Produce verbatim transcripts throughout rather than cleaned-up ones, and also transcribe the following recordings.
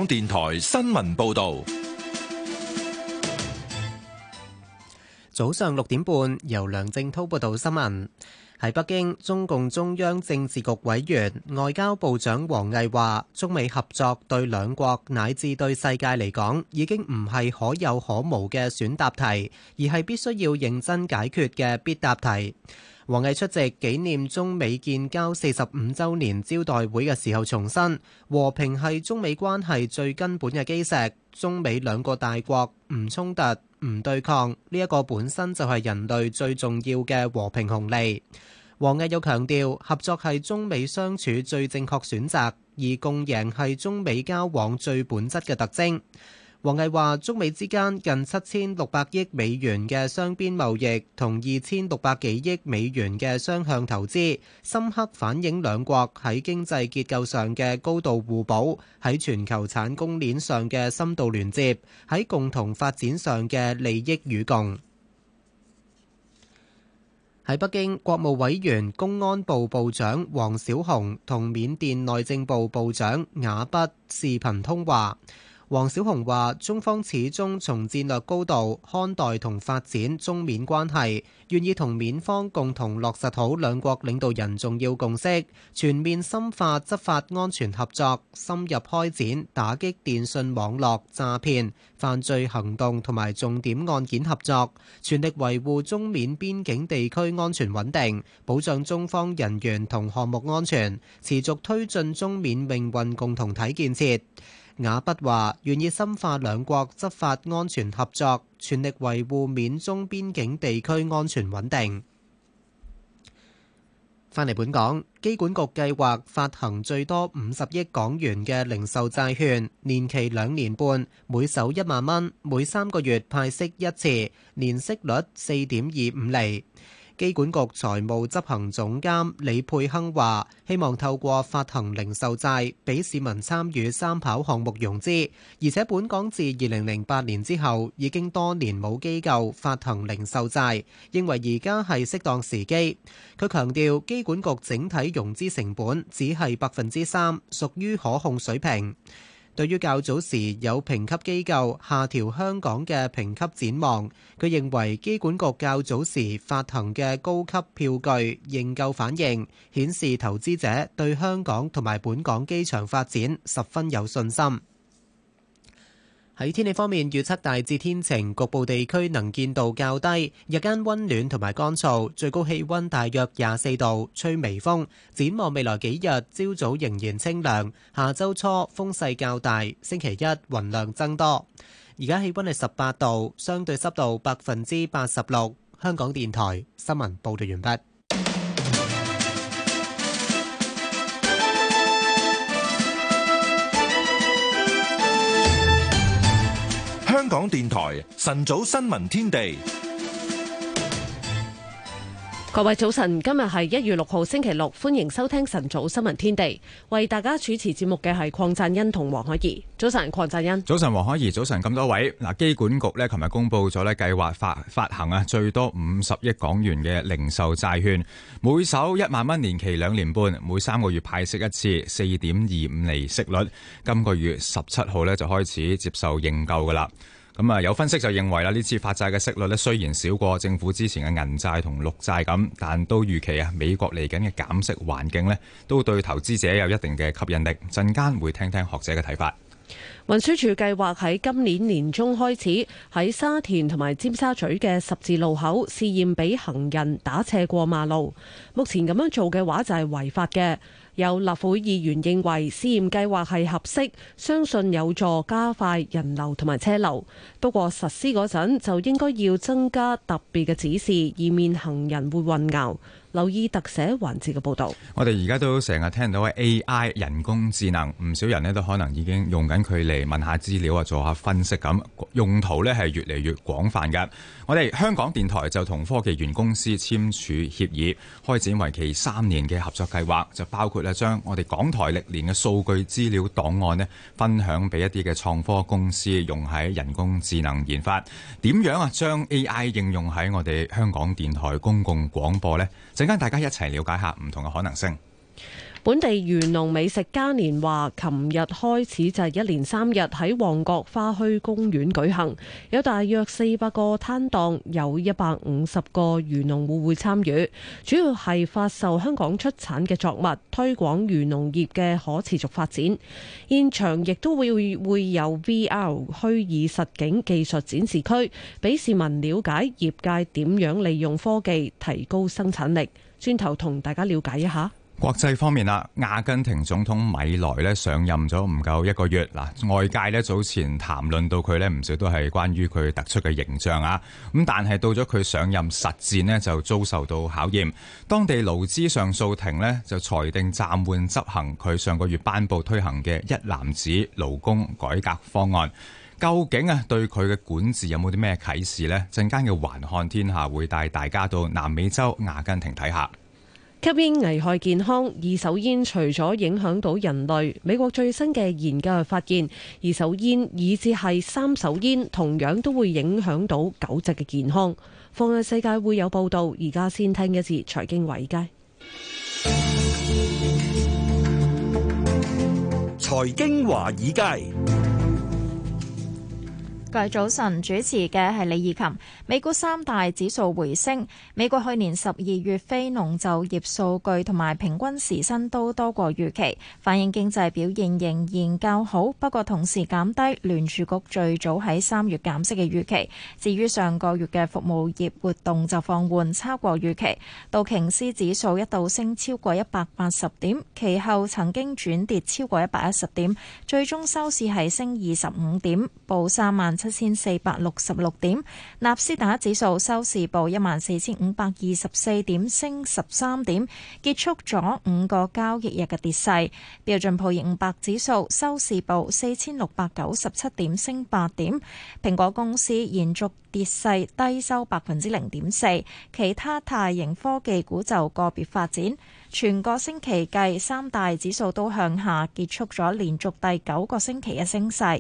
港電台新聞報道。 早上六點半，由梁正滔報道新聞。喺北京，中共中央政治局委員、外交部長王毅話：中美合作對兩國乃至對世界嚟講，已經唔係可有可無嘅選答題，而係必須要認真解決嘅必答題。王毅出席紀念中美建交四十五週年招待會嘅時候重申，和平係中美關係最根本嘅基石，中美兩個大國唔衝突、唔對抗，呢一個本身就係人類最重要嘅和平紅利。王毅又強調，合作係中美相處最正確選擇，而共贏係中美交往最本質嘅特徵。王毅話：中美之間近七千六百億美元嘅雙邊貿易同二千六百幾億美元嘅雙向投資，深刻反映兩國喺經濟結構上嘅高度互補，喺全球產供鏈上嘅深度連接，喺共同發展上嘅利益與共。喺北京，國務委員、公安部部長王小洪同緬甸內政部部長雅畢視頻通話。王小洪話：中方始終從戰略高度看待同發展中緬關係，願意同緬方共同落實好兩國領導人重要共識，全面深化執法安全合作，深入開展打擊電信網絡詐騙、犯罪行動同埋重點案件合作，全力維護中緬邊境地區安全穩定，保障中方人員同項目安全，持續推進中緬命運共同體建設。雅畢話：願意深化兩國執法安全合作，全力維護緬中邊境地區安全穩定。返嚟本港，機管局計劃發行最多五十億港元嘅零售債券，年期兩年半，每手一萬蚊，每三個月派息一次，年息率四點二五厘。機管局財務執行總監李佩亨話：希望透過發行零售債，俾市民參與三跑項目融資。而且本港自二零零八年之後，已經多年冇機構發行零售債，認為而家係適當時機。佢強調，機管局整體融資成本只係百分之三，屬於可控水平。對於較早時有評級機構下調香港嘅評級展望，佢認為機管局較早時發行嘅高級票據認購反應，顯示投資者對香港同埋本港機場發展十分有信心。喺天氣方面，預測大致天晴，局部地區能見度較低，日間溫暖同埋乾燥，最高氣溫大約廿四度，吹微風。展望未來幾日，朝早仍然清涼，下周初風勢較大，星期一雲量增多。而家氣溫係十八度，相對濕度百分之八十六。香港電台新聞報道完畢。 香港電台晨早新聞天地， 各位早晨，今日係一月六號星期六，歡迎收聽晨早新聞天地。為大家主持節目嘅係鄺贊恩同黃海怡。早晨，鄺贊恩。 早晨，黃海怡。早晨，咁多位。嗱，機管局呢，琴日公布咗呢計劃發發行啊最多五十億港元嘅零售債券，每手一萬蚊，年期兩年半，每三個月派息一次，四點二五厘息率。今個月十七號呢就開始接受認購噶啦。咁啊，有分析就認為啦，呢次發債嘅息率咧雖然少過政府之前嘅銀債同綠債咁，但都預期啊，美國嚟緊嘅減息環境咧，都對投資者有一定嘅吸引力。陣間會聽聽學者嘅睇法。 運輸署計劃喺今年年中開始喺沙田同埋尖沙咀嘅十字路口試驗俾行人打斜過馬路。目前咁樣做嘅話就係違法嘅。有立法會議員認為試驗計劃係合適，相信有助加快人流同埋車流。不過實施嗰陣就應該要增加特別嘅指示，以免行人會混淆。留意特寫環節嘅報導。 我哋而家都成日聽到 A I 人工智能，唔少人呢都可能已經用緊佢嚟問下資料啊，做下分析咁，用途呢係越嚟越廣泛嘅。我哋香港電台就同科技園公司簽署協議，開展為期三年嘅合作計劃，就包括咧將我哋港台歷年嘅數據資料檔案呢分享俾一啲嘅創科公司，用喺人工智能研發。點樣啊將 A I 應用喺我哋香港電台公共廣播呢？陣間大家一齊了解下唔同嘅可能性。 本地漁農美食嘉年華琴日開始就係一連三日喺旺角花墟公園舉行，有大約四百個攤檔，有一百五十個漁農戶會參與，主要係發售香港出產嘅作物，推廣漁農業嘅可持續發展。現場亦都會會有 V R 虛擬實境技術展示區，俾市民了解業界點樣利用科技提高生產力。轉頭同大家了解一下。 國際方面啦，阿根廷總統米萊咧上任咗唔夠一個月，嗱外界咧早前談論到佢咧唔少都係關於佢突出嘅形象啊，咁但係到咗佢上任實戰呢，就遭受到考驗。當地勞資上訴庭呢，就裁定暫緩執行佢上個月頒布推行嘅一籃子勞工改革方案。究竟啊對佢嘅管治有冇啲咩啟示呢？陣間嘅環看天下會帶大家到南美洲阿根廷睇下。 吸煙危害健康，二手煙除咗影響到人類，美國最新嘅研究係發現，二手煙以至係三手煙同樣都會影響到狗隻嘅健康。放眼世界會有報道，而家先聽一次財經華爾街。 財經華爾街。 各位早晨，主持嘅係李義琴。美股三大指數回升，美國去年十二月非農就業數據同埋平均時薪都多過預期，反映經濟表現仍然較好，不過同時減低聯儲局最早喺三月減息嘅預期。至於上個月嘅服務業活動就放緩，超過預期。道瓊斯指數一度升超過一百八十點，其後曾經轉跌超過一百一十點，最終收市係升二十五點，報三萬七千四百六十六點，納斯達克指數收市報一萬四千五百二十四點，升十三點，結束咗五個交易日嘅跌勢。標準普爾五百指數收市報四千六百九十七點，升八點。蘋果公司延續跌勢，低收百分之零點四，其他大型科技股就個別發展。全個星期計，三大指數都向下，結束咗連續第九個星期嘅升勢。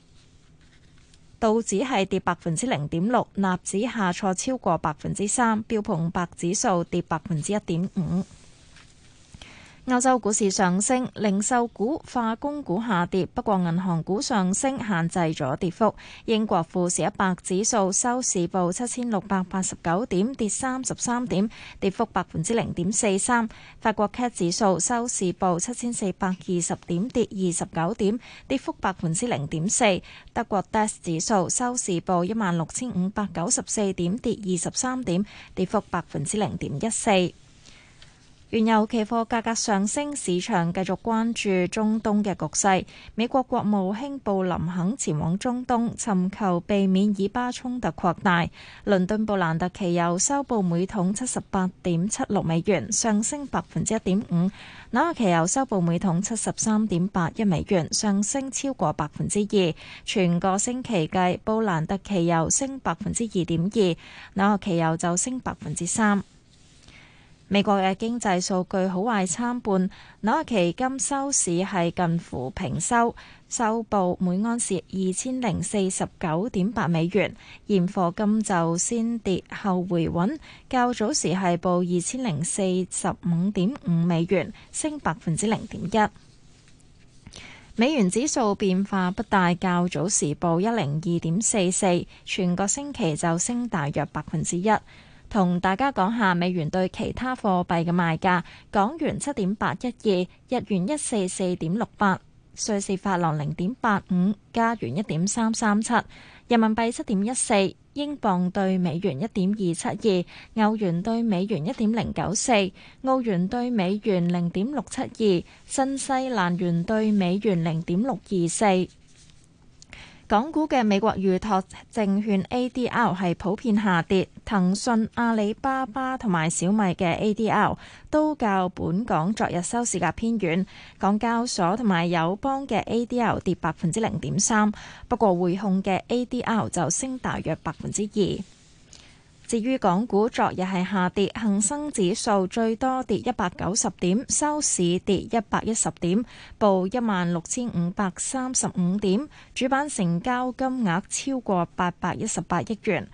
道指係跌百分之零點六，納指下挫超過百分之三，標普五百指數跌百分之一點五。歐洲股市上升，零售股、化工股下跌，不過銀行股上升，限制咗跌幅。英國富時一百指數收市報七千六百八十九點，跌三十三點，跌幅百分之零點四三。法國 C A C 指數收市報七千四百二十點，跌二十九點，跌幅百分之零點四。德國 D A X 指數收市報一萬六千五百九十四點，跌二十三點，跌幅百分之零點一四。原油期貨價格上升，市場繼續關注中東嘅局勢。美國國務卿布林肯前往中東，尋求避免以巴衝突擴大。倫敦布蘭特期油收報每桶七十八點七六美元，上升百分之一點五。紐約期油收報每桶七十三點八一美元，上升超過百分之二。全個星期計，布蘭特期油升百分之二點二，紐約期油就升百分之三。美國嘅經濟數據好壞參半，紐約期金收市係近乎平收，收報每盎司二千零四十九點八美元。現貨金就先跌後回穩，較早時係報二千零四十五點五美元，升百分之零點一。美元指數變化不大，較早時報一零二點四四，全個星期就升大約百分之一。同大家講下美元對其他貨幣嘅賣價：港元七點八一二，日元一四四點六八，瑞士法郎零點八五，加元一點三三七，人民幣七點一四，英鎊對美元一點二七二，歐元對美元一點零九四，澳元對美元零點六七二，新西蘭元對美元零點六二四。港股嘅美國預託證券 A D R 係普遍下跌，騰訊、阿里巴巴同埋小米嘅 A D R 都較本港昨日收市價偏軟。港交所同埋友邦嘅 A D R 跌百分之零點三，不過匯控嘅 A D R 就升大約百分之二。至於港股昨日係下跌，恒生指數最多跌一百九十點，收市跌一百一十點，報一萬六千五百三十五點，主板成交金額超過八百一十八億元。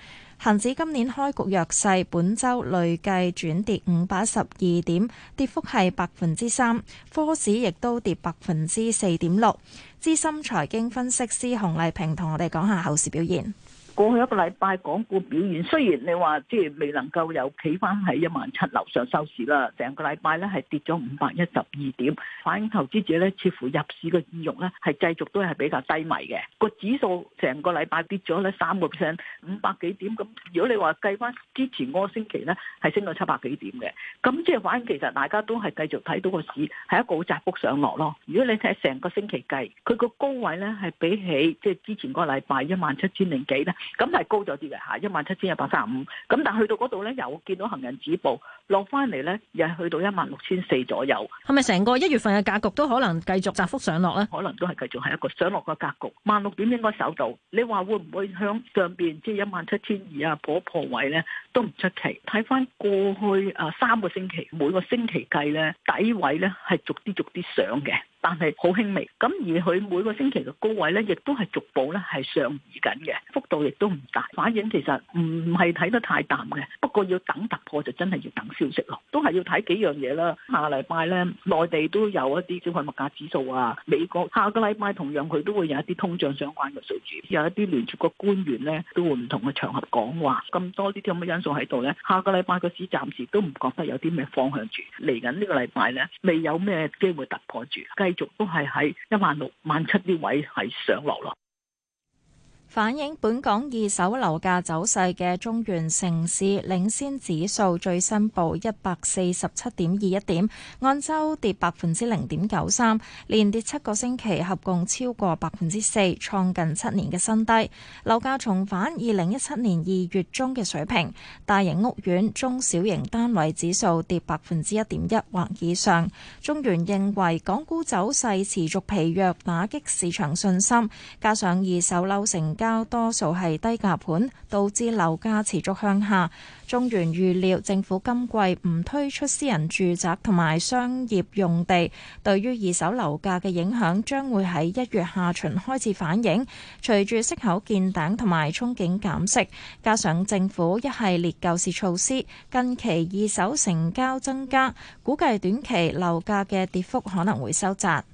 恒指今年開局弱勢，本週累計轉跌五百一十二點，跌幅係百分之三。科指亦都跌百分之四點六。資深財經分析師洪麗萍同我哋講下後市表現。 過去一個禮拜港股表現，雖然你話即係未能夠有企翻喺一萬七樓上收市啦，成個禮拜咧係跌咗五百一十二點，反映投資者咧似乎入市嘅意欲咧係繼續都係比較低迷嘅。個指數成個禮拜跌咗咧三個 percent， 五百幾點咁。如果你話計翻之前嗰個星期咧係升到七百幾點嘅，咁即係反映其實大家都係繼續睇到個市係一個好窄幅上落咯。如果你睇成個星期計，佢個高位咧係比起即係之前嗰個禮拜一萬七千零幾咧。咁係高咗啲嘅嚇，一萬七千一百三十五。咁但係去到嗰度咧，又見到行人止步落翻嚟咧，又係去到一萬六千四左右。 係咪成個一月份嘅格局都可能繼續窄幅上落咧？ 可能都係繼續係一個上落嘅格局。萬六點應該守到。你話會唔會向上邊即係一萬七千二啊破破位咧，都唔出奇。睇翻過去啊三個星期，每個星期計咧底位咧係逐啲逐啲上嘅。但係好輕微，咁而佢每個星期嘅高位咧，亦都係逐步咧係上移緊嘅，幅度亦都唔大，反映其實唔係睇得太淡嘅。不過要等突破就真係要等消息咯，都係要睇幾樣嘢啦。下個禮拜咧，內地都有一啲消費物價指數啊，美國下個禮拜同樣佢都會有一啲通脹相關嘅數據，有一啲聯儲局官員咧都會唔同嘅場合講話，咁多呢啲咁嘅因素喺度咧，下個禮拜個市暫時都唔覺得有啲咩方向住。嚟緊呢個禮拜咧，未有咩機會突破住，繼續都係喺一萬六萬七啲位係上落咯。 反映本港二手樓價走勢嘅中原城市領先指數最新報一百四十七點二一點，按周跌百分之零點九三，連跌七個星期，合共超過百分之四，創近七年嘅新低。樓價重返二零一七年二月中嘅水平，大型屋苑、中小型單位指數跌百分之一點一或以上。中原認為港股走勢持續疲弱，打擊市場信心，加上二手樓成交多數係低價盤，導致樓價持續向下。中原預料政府今季唔推出私人住宅同埋商業用地，對於二手樓價嘅影響將會喺一月下旬開始反映。隨住息口見頂同埋憧憬減息，加上政府一系列救市措施，近期二手成交增加，估計短期樓價嘅跌幅可能會收窄。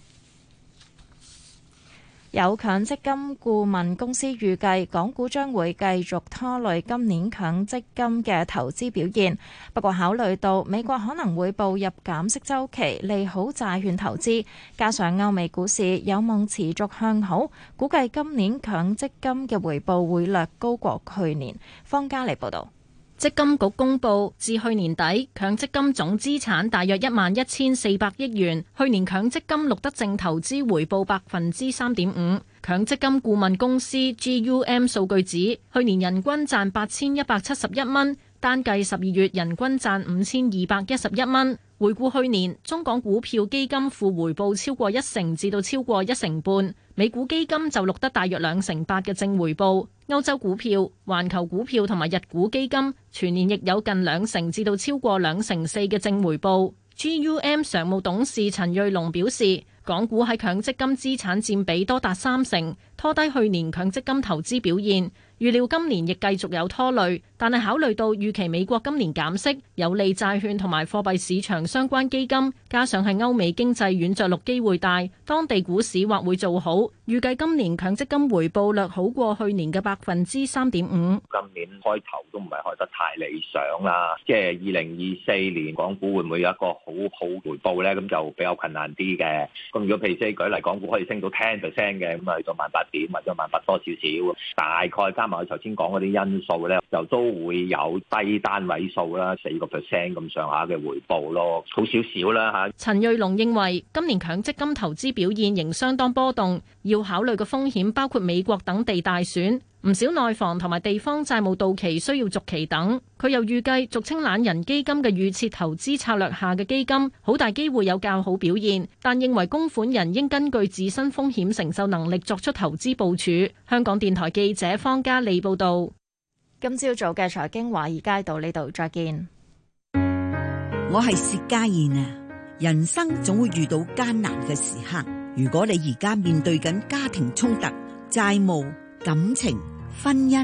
有強積金顧問公司預計，港股將會繼續拖累今年強積金嘅投資表現。不過考慮到美國可能會步入減息週期，利好債券投資，加上歐美股市有望持續向好，估計今年強積金嘅回報會略高過去年。方嘉莉報導。 積金局公布，至去年底，強積金總資產大約一萬一千四百億元。去年強積金錄得淨投資回報百分之三點五。強積金顧問公司 G U M 數據指，去年人均賺八千一百七十一蚊，單計十二月人均賺五千二百一十一蚊。回顧去年，中港股票基金負回報超過一成至到超過一成半，美股基金就錄得大約兩成八嘅正回報。歐洲股票、環球股票同埋日股基金全年亦有近兩成至到超過兩成四嘅正回報。G U M 常務董事陳瑞龍表示，港股喺強積金資產佔比多達三成，拖低去年強積金投資表現。預料今年亦繼續有拖累，但係考慮到預期美國今年減息，有利債券同埋貨幣市場相關基金，加上係歐美經濟軟着陸機會大，當地股市或會做好。預計今年強積金回報略好過去年嘅百分之三點五。 今年開頭都唔係開得太理想啦，即係二零二四年港股會唔會有一個好好回報呢？咁就比較困難啲嘅。咁如果譬如即係舉例，港股可以升到 ten percent 嘅，咁啊去到萬八點或者萬八多少少，大概加埋我頭先講嗰啲因素咧，就都會有低單位數啦，四個 percent 咁上下嘅回報咯，好少少啦嚇。 陳瑞龍認為今年強積金投資表現仍相當波動，要考慮嘅風險包括美國等地大選，唔少內房同埋地方債務到期需要續期等。佢又預計俗稱懶人基金嘅預設投資策略下嘅基金，好大機會有較好表現，但認為供款人應根據自身風險承受能力作出投資部署。香港電台記者方嘉利報道。 今朝早嘅財經華爾街到呢度再見。 我係薛家燕啊！人生總會遇到艱難嘅時刻，如果你而家面對緊家庭衝突、債務、感情、婚姻、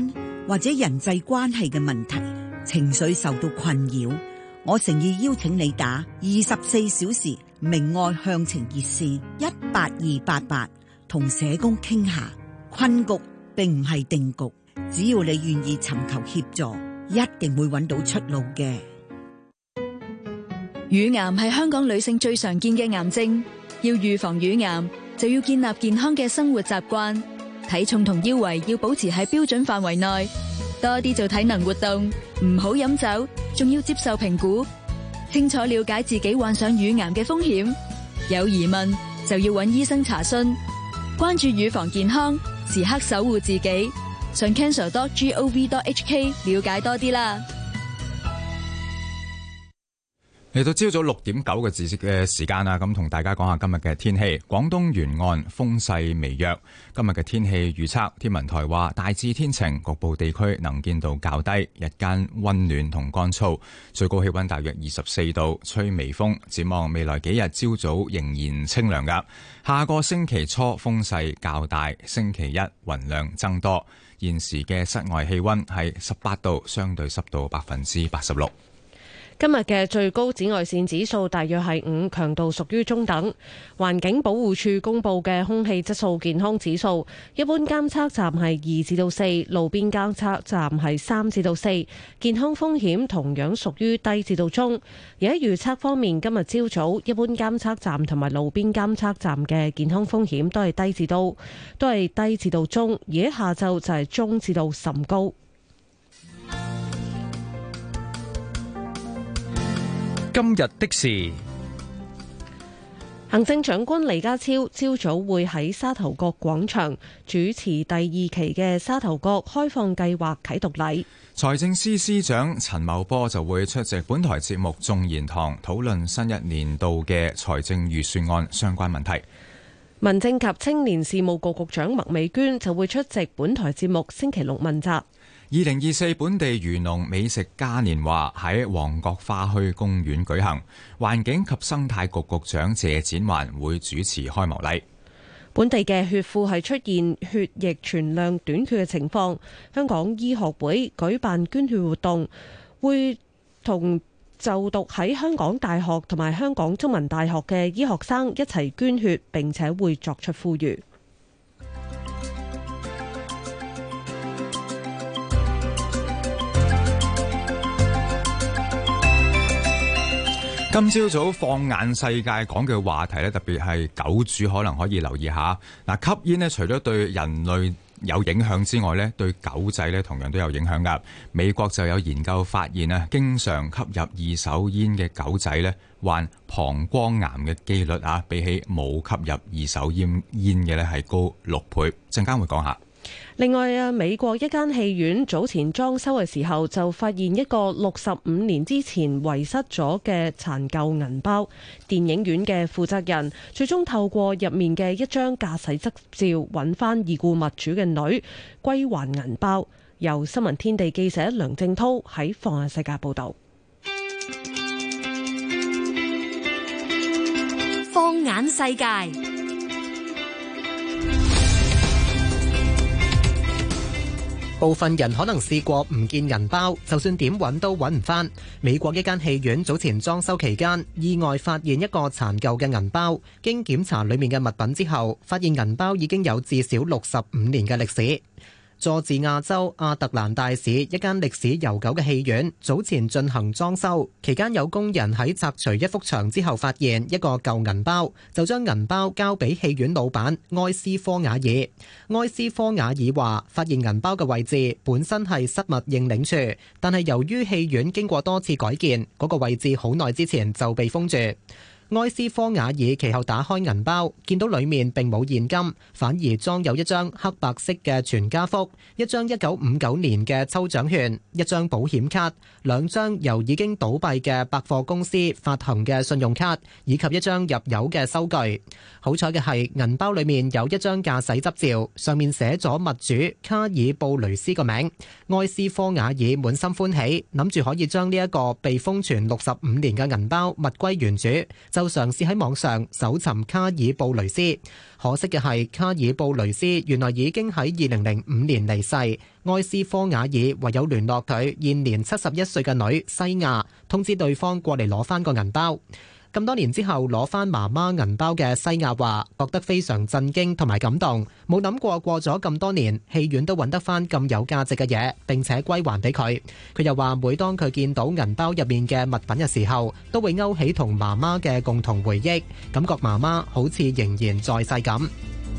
或者人際關係嘅問題，情緒受到困擾，我誠意邀請你打二十四小時明愛向晴熱線一八二八八，同社工傾下。困局並唔係定局，只要你願意尋求協助，一定會揾到出路嘅。 乳癌係香港女性最常見嘅癌症，要預防乳癌就要建立健康嘅生活習慣，體重同腰圍要保持喺標準範圍內，多啲做體能活動，唔好飲酒，仲要接受評估，清楚了解自己患上乳癌嘅風險，有疑問就要揾醫生查詢，關注乳房健康，時刻守護自己。上 cancer dot gov dot h k 了解多啲啦。 嚟到朝早六點九個字嘅時間啦，咁同大家講下今日嘅天氣。廣東沿岸風勢微弱，今日嘅天氣預測，天文台話大致天晴，局部地區能見度較低，日間溫暖同乾燥，最高氣溫大約二十四度，吹微風。展望未來幾日朝早仍然清涼噶，下個星期初風勢較大，星期一雲量增多。現時嘅室外氣溫係十八度，相對濕度百分之八十六。 今日嘅最高紫外線指數大約係五，強度屬於中等。環境保護署公布嘅空氣質素健康指數，一般監測站係二至到四，路邊監測站係三至到四，健康風險同樣屬於低至到中。而喺預測方面，今日朝早一般監測站同埋路邊監測站嘅健康風險都係低至到，都係低至到中，而喺下晝就係中至到甚高。 今日的事， 行政長官李家超朝早會喺沙頭角廣場主持第二期嘅沙頭角開放計劃啟動禮。 財政司司長陳茂波就會出席本台節目眾言堂，討論新一年度嘅財政預算案相關問題。 民政及青年事務局局長麥美娟就會出席本台節目星期六問責。 二零二四本地漁農美食嘉年華喺旺角花墟公園舉行，環境及生態局局長謝展寰會主持開幕禮。 本地嘅血庫係出現血液存量短缺嘅情況，香港醫學會舉辦捐血活動，會同就讀喺香港大學同埋香港中文大學嘅醫學生一齊捐血，並且會作出呼籲。 今朝早放眼世界講嘅話題咧，特別係狗主可能可以留意下。嗱，吸煙咧，除咗對人類有影響之外咧，對狗仔咧同樣都有影響噶。美國就有研究發現啊，經常吸入二手煙嘅狗仔咧，患膀胱癌嘅機率啊，比起冇吸入二手煙煙嘅咧係高六倍。陣間會講下。 另外啊，美國一間戲院早前裝修嘅時候就發現一個六十五年之前遺失咗嘅殘舊銀包。電影院嘅負責人最終透過入面嘅一張駕駛執照揾翻已故物主嘅女，歸還銀包。由新聞天地記者梁正濤喺放眼世界報道。 放眼世界。 部分人可能試過唔見銀包，就算點揾都揾唔返。美國一間戲院早前裝修期間，意外發現一個殘舊嘅銀包。經檢查裡面嘅物品之後，發現銀包已經有至少六十五年嘅歷史。佐治亞州亞特蘭大市一間歷史悠久嘅戲院早前進行裝修，期間有工人喺拆除一幅牆之後發現一個舊銀包，就將銀包交俾戲院老闆埃斯科瓦爾。埃斯科瓦爾話，發現銀包嘅位置本身係失物認領處，但係由於戲院經過多次改建，嗰個位置好耐之前就被封住。埃斯科瓦爾其後打開銀包，見到裡面並冇現金，反而裝有一張黑白色嘅全家福、一張一九五九年嘅抽獎券、一張保險卡、兩張由已經倒閉嘅百貨公司發行嘅信用卡，以及一張入油嘅收據。好彩嘅係，銀包裡面有一張駕駛執照，上面寫咗物主卡爾布雷斯個名。埃斯科瓦爾滿心歡喜，諗住可以將呢一個被封存六十五年嘅銀包物歸原主。 就嘗試喺網上搜尋卡爾布雷斯。可惜嘅係，卡爾布雷斯原來已經喺二零零五年離世。埃斯科瓦爾唯有聯絡佢現年七十一歲嘅女西亞，通知對方過嚟攞翻個銀包。咁多年之後攞翻媽媽銀包嘅西亞話，覺得非常震驚同埋感動，冇諗過過咗咁多年，戲院都揾得翻咁有價值嘅嘢，並且歸還俾佢。佢又話，每當佢見到銀包入面嘅物品嘅時候，都會勾起同媽媽嘅共同回憶，感覺媽媽好似仍然在世咁。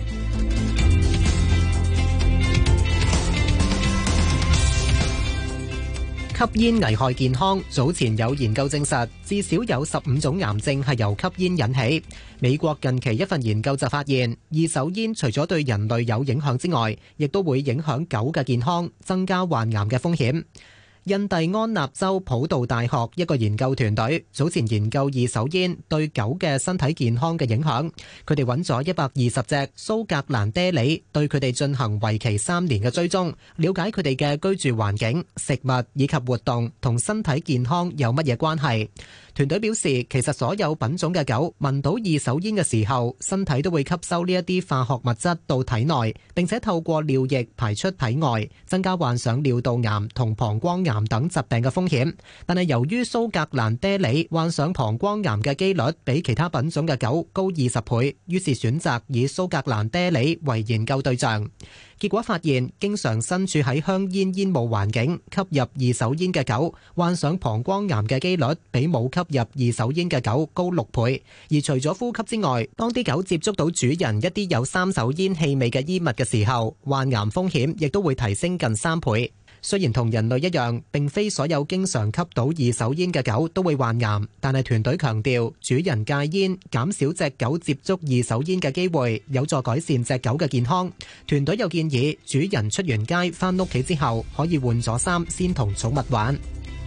吸煙危害健康，早前有研究證實，至少有十五種癌症係由吸煙引起。美國近期一份研究就發現，二手煙除咗對人類有影響之外，亦都會影響狗嘅健康，增加患癌嘅風險。印第安納州普渡大學一個研究團隊早前研究二手煙對狗嘅身體健康嘅影響。佢哋揾咗一百二十隻蘇格蘭啤梨，對佢哋進行為期三年嘅追蹤，了解佢哋嘅居住環境、食物以及活動同身體健康有乜嘢關係。團隊表示，其實所有品種嘅狗聞到二手煙嘅時候，身體都會吸收呢一啲化學物質到體內，並且透過尿液排出體外，增加患上尿道癌同膀胱癌等疾病嘅風險。但係由於蘇格蘭啤梨患上膀胱癌嘅機率比其他品種嘅狗高二十倍，於是選擇以蘇格蘭啤梨為研究對象。結果發現，經常身處喺香煙煙霧環境吸入二手煙嘅狗，患上膀胱癌嘅機率比冇吸入二手煙嘅狗高六倍。而除咗呼吸之外，當啲狗接觸到主人一啲有三手煙氣味嘅衣物嘅時候，患癌風險亦都會提升近三倍。雖然同人類一樣，並非所有經常吸到二手煙嘅狗都會患癌，但係團隊強調，主人戒煙，減少隻狗接觸二手煙嘅機會，有助改善隻狗嘅健康。團隊又建議，主人出完街返屋企之後，可以換咗衫先同寵物玩。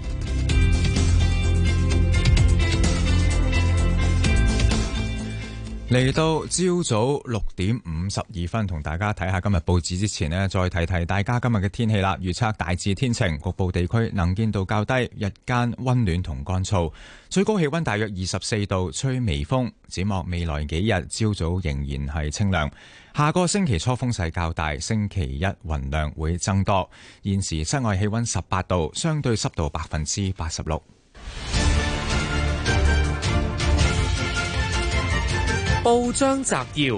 嚟到朝早六點五十二分，同大家睇下今日報紙之前呢，再提提大家今日嘅天氣啦。預測大致天晴，局部地區能見度較低，日間溫暖同乾燥，最高氣溫大約二十四度，吹微風。展望未來幾日，朝早仍然係清涼。下個星期初風勢較大，星期一雲量會增多。現時室外氣溫十八度，相對濕度百分之八十六。 報章摘要，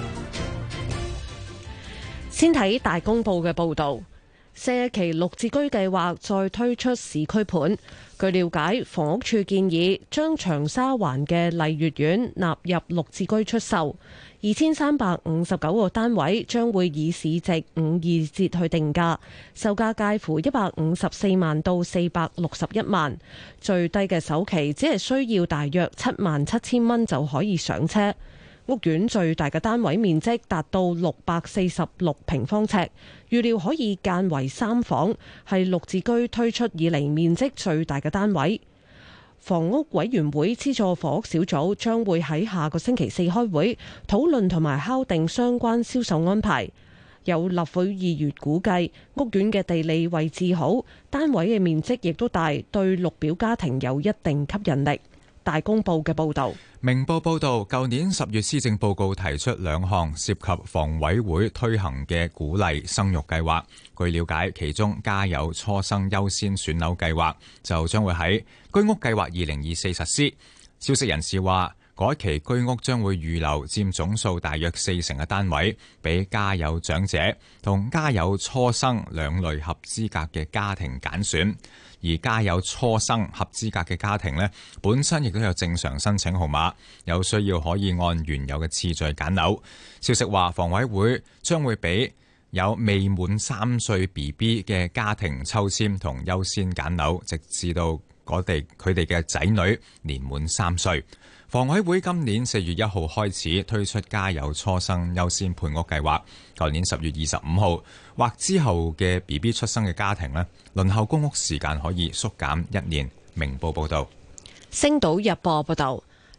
先睇大公報嘅報導。社期綠置居計劃再推出市區盤。據了解，房屋署建議將長沙灣嘅麗玥苑納入綠置居出售，二千三百五十九個單位將會以市值五二折去定價，售價介乎一百五十四萬到四百六十一萬，最低嘅首期只係需要大約七萬七千蚊就可以上車。屋苑最大嘅單位面積達到六百四十六平方尺，預料可以間為三房，係綠置居推出以嚟面積最大嘅單位。房屋委員會資助房屋小組將會喺下個星期四開會討論同埋敲定相關銷售安排。有立法會議員估計，屋苑嘅地理位置好，單位嘅面積亦都大，對綠表家庭有一定吸引力。大公報嘅報導。 明報報導，舊年十月施政報告提出兩項涉及房委會推行嘅鼓勵生育計劃。據了解，其中家有初生優先選樓計劃就將會喺居屋計劃二零二四實施。消息人士話，嗰期居屋將會預留佔總數大約四成嘅單位，俾家有長者同家有初生兩類合資格嘅家庭揀選。而家有初生合資格嘅家庭呢，本身亦都有正常申請號碼，有需要可以按原有嘅次序揀樓。消息話，房委會將會俾有未滿三歲 B B 嘅家庭抽籤同優先揀樓，直至到我哋佢哋嘅仔女年滿三歲。房委會今年四月一號開始推出家有初生優先配屋計劃，舊年十月二十五號或之後嘅 B B 出生嘅家庭呢，輪候公屋時間可以縮減一年。明報報道。 星島日報報道，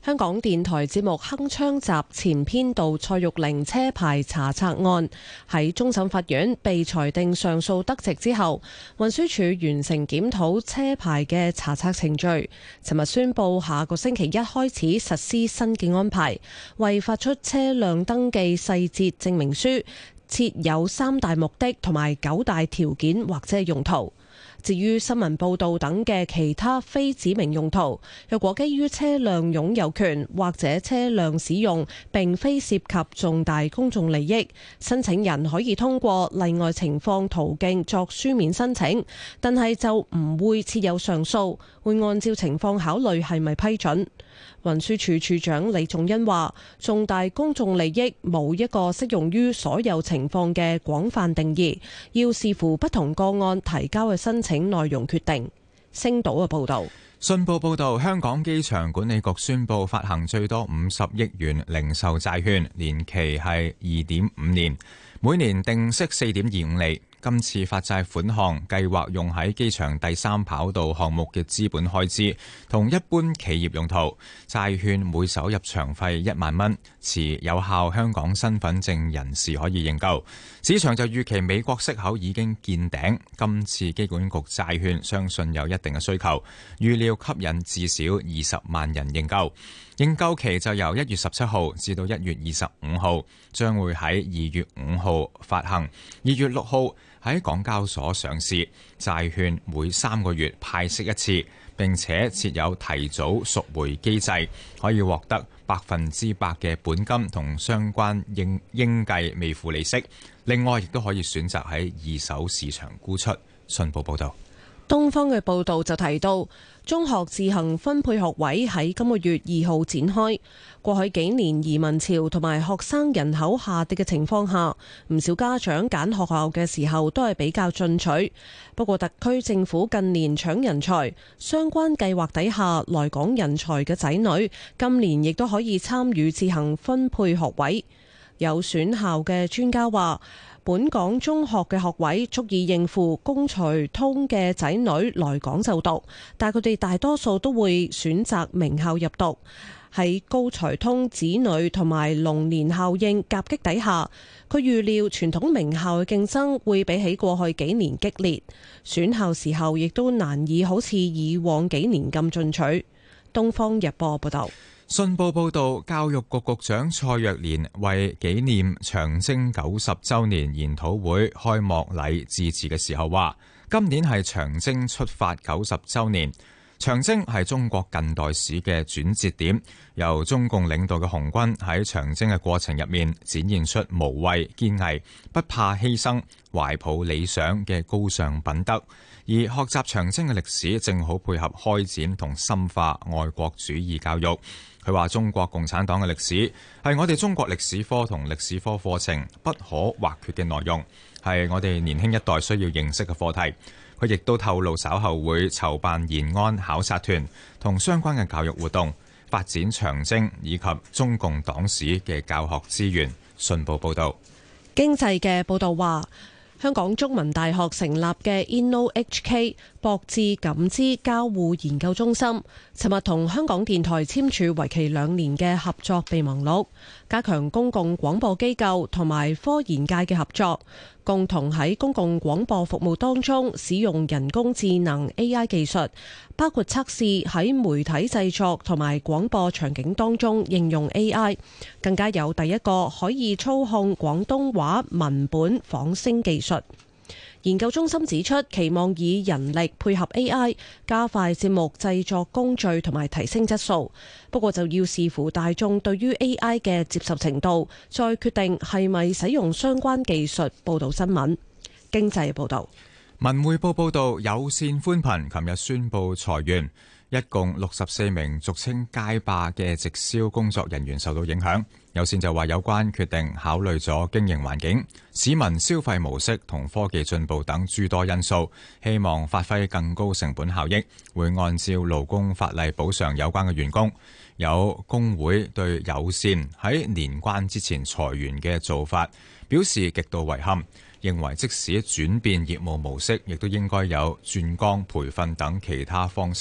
香港電台節目《鏗鏘集》前編導蔡玉玲車牌查冊案喺終審法院被裁定上訴得直之後，運輸署完成檢討車牌嘅查冊程序，尋日宣布下個星期一開始實施新嘅安排，為發出車輛登記細節證明書設有三大目的同埋九大條件或者用途。至於新聞報導等嘅其他非指明用途，若果基於車輛擁有權或者車輛使用並非涉及重大公眾利益，申請人可以通過例外情況途徑作書面申請，但係就唔會設有上訴，會按照情況考慮係咪批准。運輸署署長李仲恩話：重大公眾利益冇一個適用於所有情況嘅廣泛定義，要視乎不同個案提交嘅申請內容決定。星島嘅報導。 信報報導，香港機場管理局宣布發行最多五十億元零售債券，年期係二點五年，每年定息四點二五厘。今次發債款項計劃用喺機場第三跑道項目嘅資本開支，同一般企業用途。債券每手入場費一萬蚊，持有效香港身份證人士可以認購。市場就預期美國息口已經見頂，今次機管局債券相信有一定嘅需求，預料吸引至少二十萬人認購。認購期就由一月十七號至到一月二十五號，將會喺二月五號發行，二月六號喺港交所上市。債券每三個月派息一次，並且設有提早贖回機制，可以獲得百分之百嘅本金同相關應應計未付利息。另外，亦都可以選擇喺二手市場沽出。信報報道。 東方嘅報導就提到，中學自行分配學位喺今個月二號展開。過去幾年移民潮同埋學生人口下跌嘅情況下，唔少家長揀學校嘅時候都係比較進取。不過特區政府近年搶人才，相關計劃底下來港人才嘅仔女，今年亦都可以參與自行分配學位。有選校嘅專家話，本港中學嘅學位足以應付公財通嘅仔女來港就讀，但佢哋大多數都會選擇名校入讀。喺高財通子女同埋龍年效應夾擊底下，佢預料傳統名校嘅競爭會比起過去幾年激烈，選校時候亦都難以好似以往幾年咁進取。東方日報報道。 信報報導，教育局局長蔡若蓮為紀念長征九十週年研討會開幕禮致辭嘅時候話，今年係長征出發九十週年。長征係中國近代史嘅轉折點，由中共領導嘅紅軍喺長征嘅過程入面展現出無畏、堅毅、不怕犧牲、懷抱理想嘅高尚品德。而學習長征嘅歷史正好配合開展同深化愛國主義教育。佢話中國共產黨嘅歷史係我哋中國歷史科同歷史科課程不可或缺嘅內容，係我哋年輕一代需要認識嘅課題。佢亦都透露稍後會籌辦延安考察團同相關嘅教育活動，發展長征以及中共黨史嘅教學資源。信報報道。 經濟嘅報道話，香港中文大學成立嘅 InnoHK 博智感知交互研究中心，尋日同香港電台簽署為期兩年嘅合作備忘錄，加強公共廣播機構同埋科研界嘅合作，共同喺公共廣播服務當中使用人工智能 A I 技術，包括測試喺媒體製作同埋廣播場景當中應用 A I， 更加有第一個可以操控廣東話文本仿聲技術。研究中心指出，期望以人力配合 A I， 加快節目製作工序同埋提升質素。不過就要視乎大眾對於 A I 嘅接受程度，再決定係咪使用相關技術報導新聞。經濟報導。 文匯報報導，有線寬頻琴日宣布裁員，一共六十四名俗稱街霸嘅直銷工作人員受到影響。有線就話有關決定考慮咗經營環境、市民消費模式同科技進步等諸多因素，希望發揮更高成本效益，會按照勞工法例補償有關嘅員工。有工會對有線喺年關之前裁員嘅做法表示極度遺憾，認為即使轉變業務模式，亦都應該有轉崗培訓等其他方式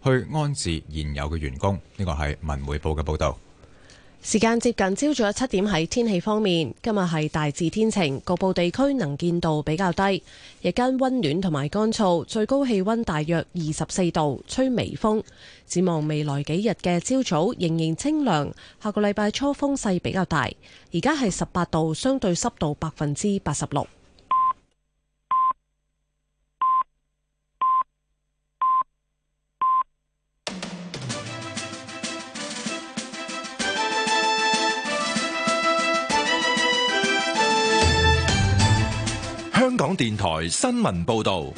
去安置現有嘅員工。呢個係文匯報嘅報導。 時間接近朝早七點，喺天氣方面，今日係大致天晴，局部地區能見度比較低，日間溫暖同埋乾燥，最高氣溫大約二十四度，吹微風。展望未來幾日嘅朝早仍然清涼，下個禮拜初風勢比較大。而家係十八度，相對濕度百分之八十六。 香港電台新聞報導。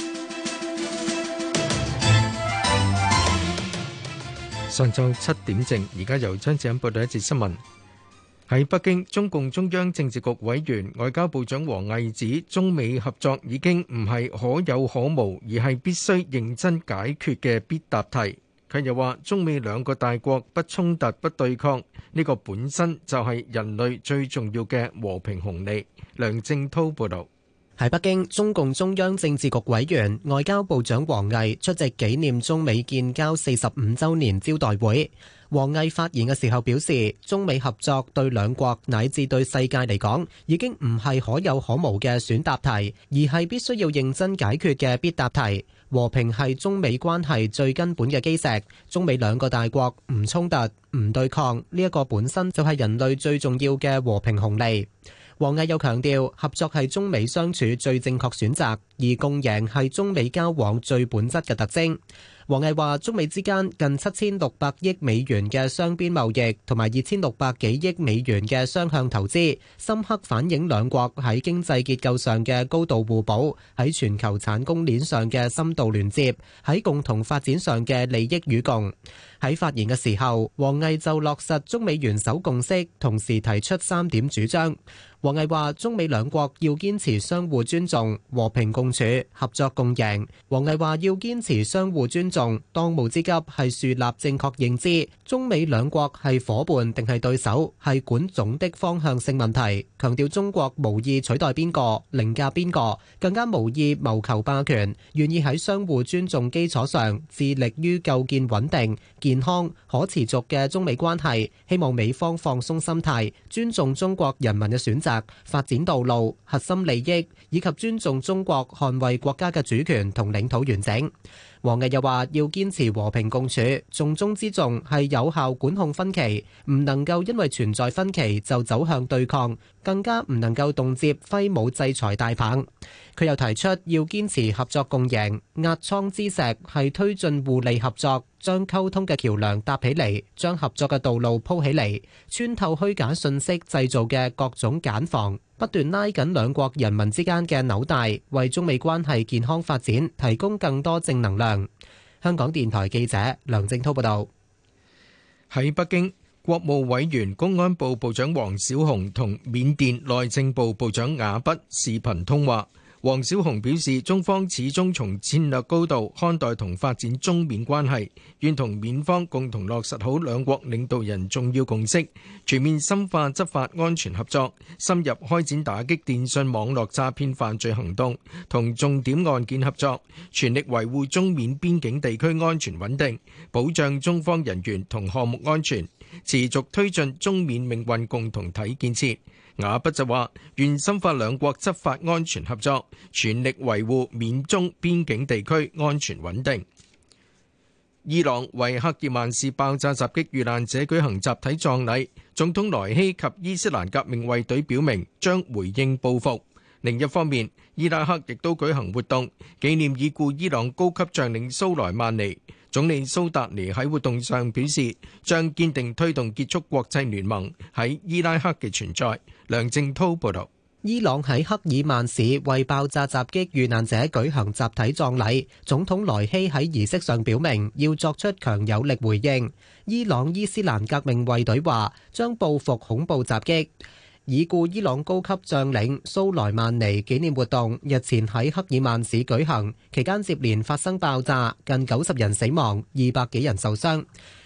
上晝七點正，而家由張子欣報道一節新聞。喺北京，中共中央政治局委員、外交部長王毅指，中美合作已經唔係可有可無，而係必須認真解決嘅必答題。佢又話，中美兩個大國不衝突、不對抗，呢個本身就係人類最重要嘅和平紅利。梁正濤報道。 喺北京，中共中央政治局委員、外交部長王毅出席紀念中美建交四十五週年招待會。王毅發言嘅時候表示，中美合作對兩國乃至對世界嚟講，已經唔係可有可無嘅選答題，而係必須要認真解決嘅必答題。和平係中美關係最根本嘅基石，中美兩個大國唔衝突、唔對抗，呢一個本身就係人類最重要嘅和平紅利。王毅又強調，合作係中美相處最正確選擇，而共贏係中美交往最本質嘅特徵。王毅話，中美之間近七千六百億美元嘅雙邊貿易同埋二千六百幾億美元嘅雙向投資，深刻反映兩國喺經濟結構上嘅高度互補，喺全球產供鏈上嘅深度連接，喺共同發展上嘅利益與共。喺發言嘅時候，王毅就落實中美元首共識，同時提出三點主張。王毅話，中美兩國要堅持相互尊重、和平共處、合作共贏。王毅話，要堅持相互尊重，當務之急係樹立正確認知，中美兩國係夥伴定係對手，係管總的方向性問題。強調中國無意取代邊個、凌駕邊個，更加無意謀求霸權，願意喺相互尊重基礎上，致力於構建穩定、健康、可持續嘅中美關係。希望美方放鬆心態，尊重中國人民嘅選擇、發展道路、核心利益，以及尊重中國捍衛國家嘅主權同領土完整。王毅又話，要堅持和平共處，重中之重係有效管控分歧，唔能夠因為存在分歧就走向對抗，更加唔能夠動輒揮舞制裁大棒。佢又提出要堅持合作共贏，壓艙之石係推進互利合作，將溝通嘅橋梁搭起嚟，將合作嘅道路鋪起嚟，穿透虛假信息製造嘅各種繭房，不斷拉緊兩國人民之間嘅紐帶，為中美關係健康發展提供更多正能量。香港電台記者梁正濤報道。 喺北京，國務委員、公安部部長王小洪同緬甸內政部部長雅畢視頻通話。王小洪表示，中方始終從戰略高度看待同發展中緬關係，願同緬方共同落實好兩國領導人重要共識，全面深化執法安全合作，深入開展打擊電信網絡詐騙犯罪行動同重點案件合作，全力維護中緬邊境地區安全穩定，保障中方人員同項目安全，持續推進中緬命運共同體建設。雅畢就話，願深化兩國執法安全合作，全力維護緬中邊境地區安全穩定。伊朗為克爾曼市爆炸襲擊遇難者舉行集體葬禮，總統萊希及伊斯蘭革命衛隊表明將回應報復。另一方面，伊拉克亦都舉行活動，紀念已故伊朗高級將領蘇萊曼尼。總理蘇達尼喺活動上表示，將堅定推動結束國際聯盟喺伊拉克嘅存在。梁正濤報道。 伊朗喺克爾曼市為爆炸襲擊遇難者舉行集體葬禮，總統萊希喺儀式上表明要作出強有力回應。伊朗伊斯蘭革命衛隊話將報復恐怖襲擊。已故伊朗高級將領蘇萊曼尼紀念活動日前喺克爾曼市舉行，期間接連發生爆炸，近九十人死亡，二百幾人受傷。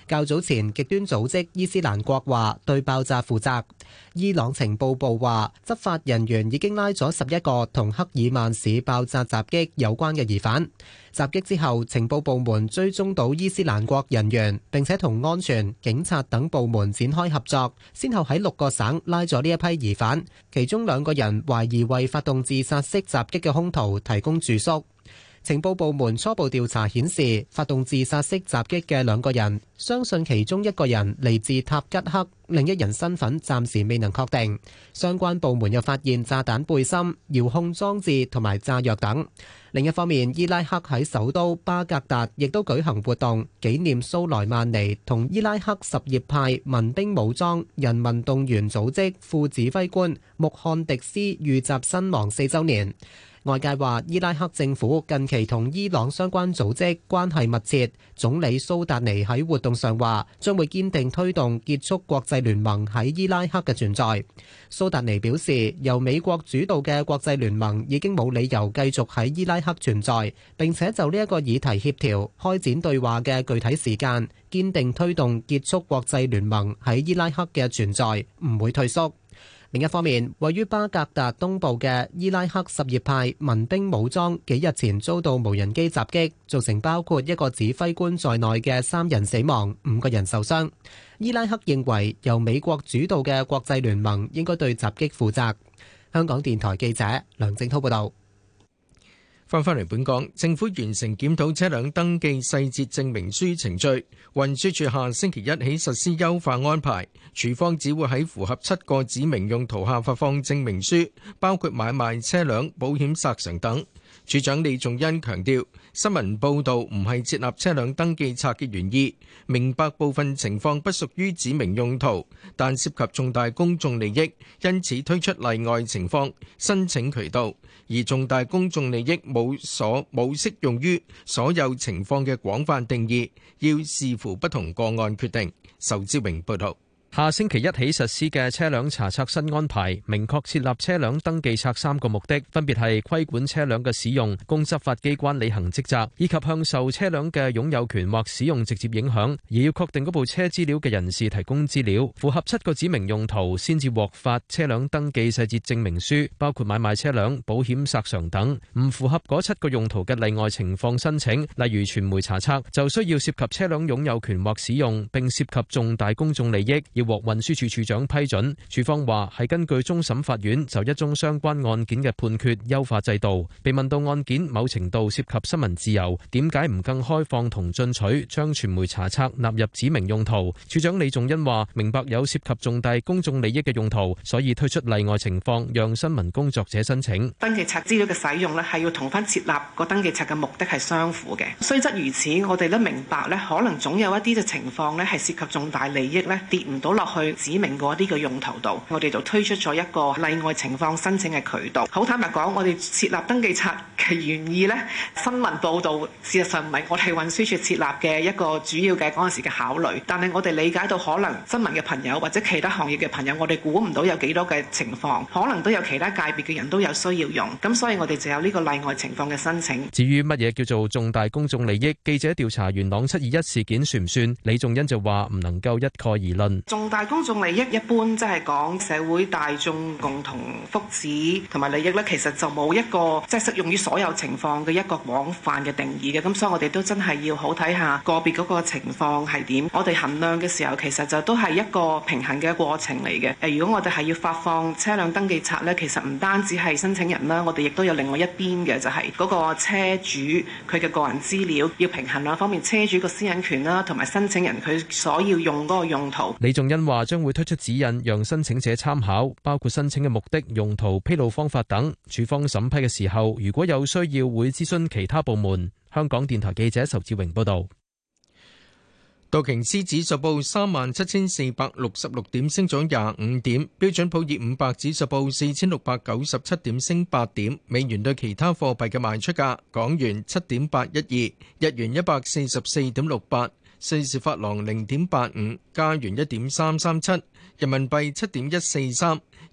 較早前極端組織伊斯蘭國話對爆炸負責。伊朗情報部話，執法人員已經拉咗十一個同克爾曼市爆炸襲擊有關嘅疑犯。襲擊之後，情報部門追蹤到伊斯蘭國人員，並且同安全、警察等部門展開合作，先後喺六個省拉咗呢一批疑犯，其中兩個人懷疑為發動自殺式襲擊嘅兇徒提供住宿。情報部門初步調查顯示，發動自殺式襲擊嘅兩個人，相信其中一個人嚟自塔吉克，另一人身份暫時未能確定。相關部門又發現炸彈背心、遙控裝置同埋炸藥等。另一方面，伊拉克喺首都巴格達亦都舉行活動，紀念蘇萊曼尼同伊拉克什葉派民兵武裝人民動員組織副指揮官穆漢迪斯遇襲身亡四週年。外界話，伊拉克政府近期同伊朗相關組織關係密切。總理蘇達尼喺活動上話，將會堅定推動結束國際聯盟喺伊拉克嘅存在。蘇達尼表示，由美國主導嘅國際聯盟已經冇理由繼續喺伊拉克存在，並且就呢一個議題協調開展對話嘅具體時間，堅定推動結束國際聯盟喺伊拉克嘅存在，唔會退縮。另一方面，位於巴格達東部嘅伊拉克什葉派民兵武裝幾日前遭到無人機襲擊，造成包括一個指揮官在內嘅三人死亡，五個人受傷。伊拉克認為由美國主導嘅國際聯盟應該對襲擊負責。香港電台記者梁正滔報導。 翻返嚟本港，政府完成檢討車輛登記細節證明書程序，運輸署下星期一起實施優化安排。署方只會喺符合七個指明用途下發放證明書，包括買賣車輛、保險索償等。署長李仲恩強調，新聞報導唔係設立車輛登記冊嘅原意，明白部分情況不屬於指明用途，但涉及重大公眾利益，因此推出例外情況申請渠道。而重大公眾利益冇所冇適用於所有情況嘅廣泛定義，要視乎不同個案決定。仇志榮報導。 下星期一起實施嘅車輛查冊新安排，明確設立車輛登記冊三個目的，分別係規管車輛嘅使用、供執法機關履行職責，以及向受車輛嘅擁有權或使用直接影響而要確定嗰部車資料嘅人士提供資料。符合七個指明用途先至獲發車輛登記細節證明書，包括買賣車輛、保險索償等。唔符合嗰七個用途嘅例外情況申請，例如傳媒查冊，就需要涉及車輛擁有權或使用，並涉及重大公眾利益，要獲運輸署署長批准。署方話係根據終審法院就一宗相關案件嘅判決優化制度。被問到案件某程度涉及新聞自由，點解唔更開放同進取，將傳媒查冊納入指明用途？署長李仲恩話：明白有涉及重大公眾利益嘅用途，所以推出例外情況，讓新聞工作者申請。 登記冊資料嘅使用呢，係要同翻設立個登記冊嘅目的係相符嘅。雖則如此，我哋都明白呢，可能總有一啲嘅情況呢，係涉及重大利益呢，跌唔到落去指明嗰啲嘅用途度，我哋就推出咗一個例外情況申請嘅渠道。好坦白講，我哋設立登記冊嘅原意呢，新聞報導事實上唔係我哋運輸署設立嘅一個主要嘅嗰陣時嘅考慮，但係我哋理解到可能新聞嘅朋友或者其他行業嘅朋友，我哋估唔到有幾多嘅情況，可能都有其他界別嘅人都有需要用，咁所以我哋就有呢個例外情況嘅申請。 至於乜嘢叫做重大公眾利益，記者調查元朗七二一事件算唔算？李仲恩就話唔能夠一概而論。 重大公眾利益一般即係講社會大眾共同福祉同埋利益咧，其實就冇一個即係適用於所有情況嘅一個廣泛嘅定義嘅。咁所以我哋都真係要好睇下個別嗰個情況係點。我哋衡量嘅時候，其實就都係一個平衡嘅過程嚟嘅。誒，如果我哋係要發放車輛登記冊咧，其實唔單止係申請人啦，我哋亦都有另外一邊嘅，就係嗰個車主佢嘅個人資料要平衡兩方面，車主個私隱權啦，同埋申請人佢所要用嗰個用途。 李仲恩話將會推出指引，讓申請者參考，包括申請嘅目的、用途、披露方法等。署方審批嘅時候，如果有需要，會諮詢其他部門。香港電台記者仇志榮報道。 道瓊斯指數報三萬七千四百六十六點，升咗廿五點。標準普爾五百指數報四千六百九十七點，升八點。美元對其他貨幣嘅賣出價：港元七點八一二，日元一百四十四點六八，瑞士法郎零點八五，加元一點三三七，人民幣七點一四三，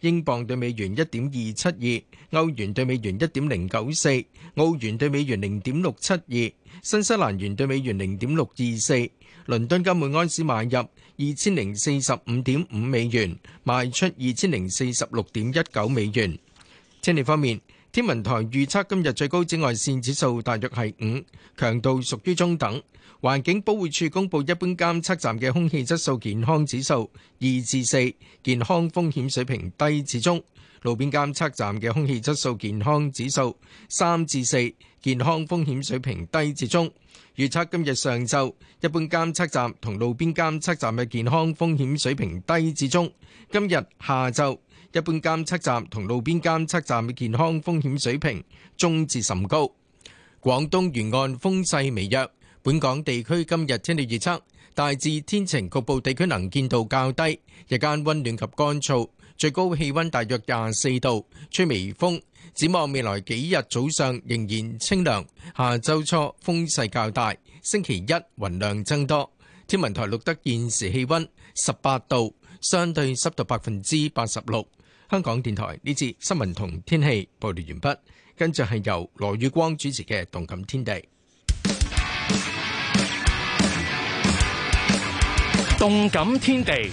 英鎊對美元一點二七二，歐元對美元一點零九四，澳元對美元零點六七二，新西蘭元對美元零點六二四。倫敦金每安士買入二千零四十五點五美元，賣出二千零四十六點一九美元。天氣方面，天文台預測今日最高紫外線指數大約係五，強度屬於中等。環境保護署公布一般監測站嘅空氣質素健康指數二至四，健康風險水平低至中；路邊監測站嘅空氣質素健康指數三至四，健康風險水平低至中。預測今日上晝一般監測站同路邊監測站嘅健康風險水平低至中。今日下晝一般監測站同路邊監測站嘅健康風險水平中至甚高。廣東沿岸風勢微弱，本港地區今日天氣預測大致天晴，局部地區能見度較低，日間溫暖及乾燥，最高氣溫大約廿四度，吹微風。展望未來幾日早上仍然清涼，下周初風勢較大，星期一雲量增多。天文台錄得現時氣溫十八度，相對濕度百分之八十六。香港電台呢節新聞同天氣報道完畢，跟住係由羅宇光主持嘅《動感天地》。 動感天地。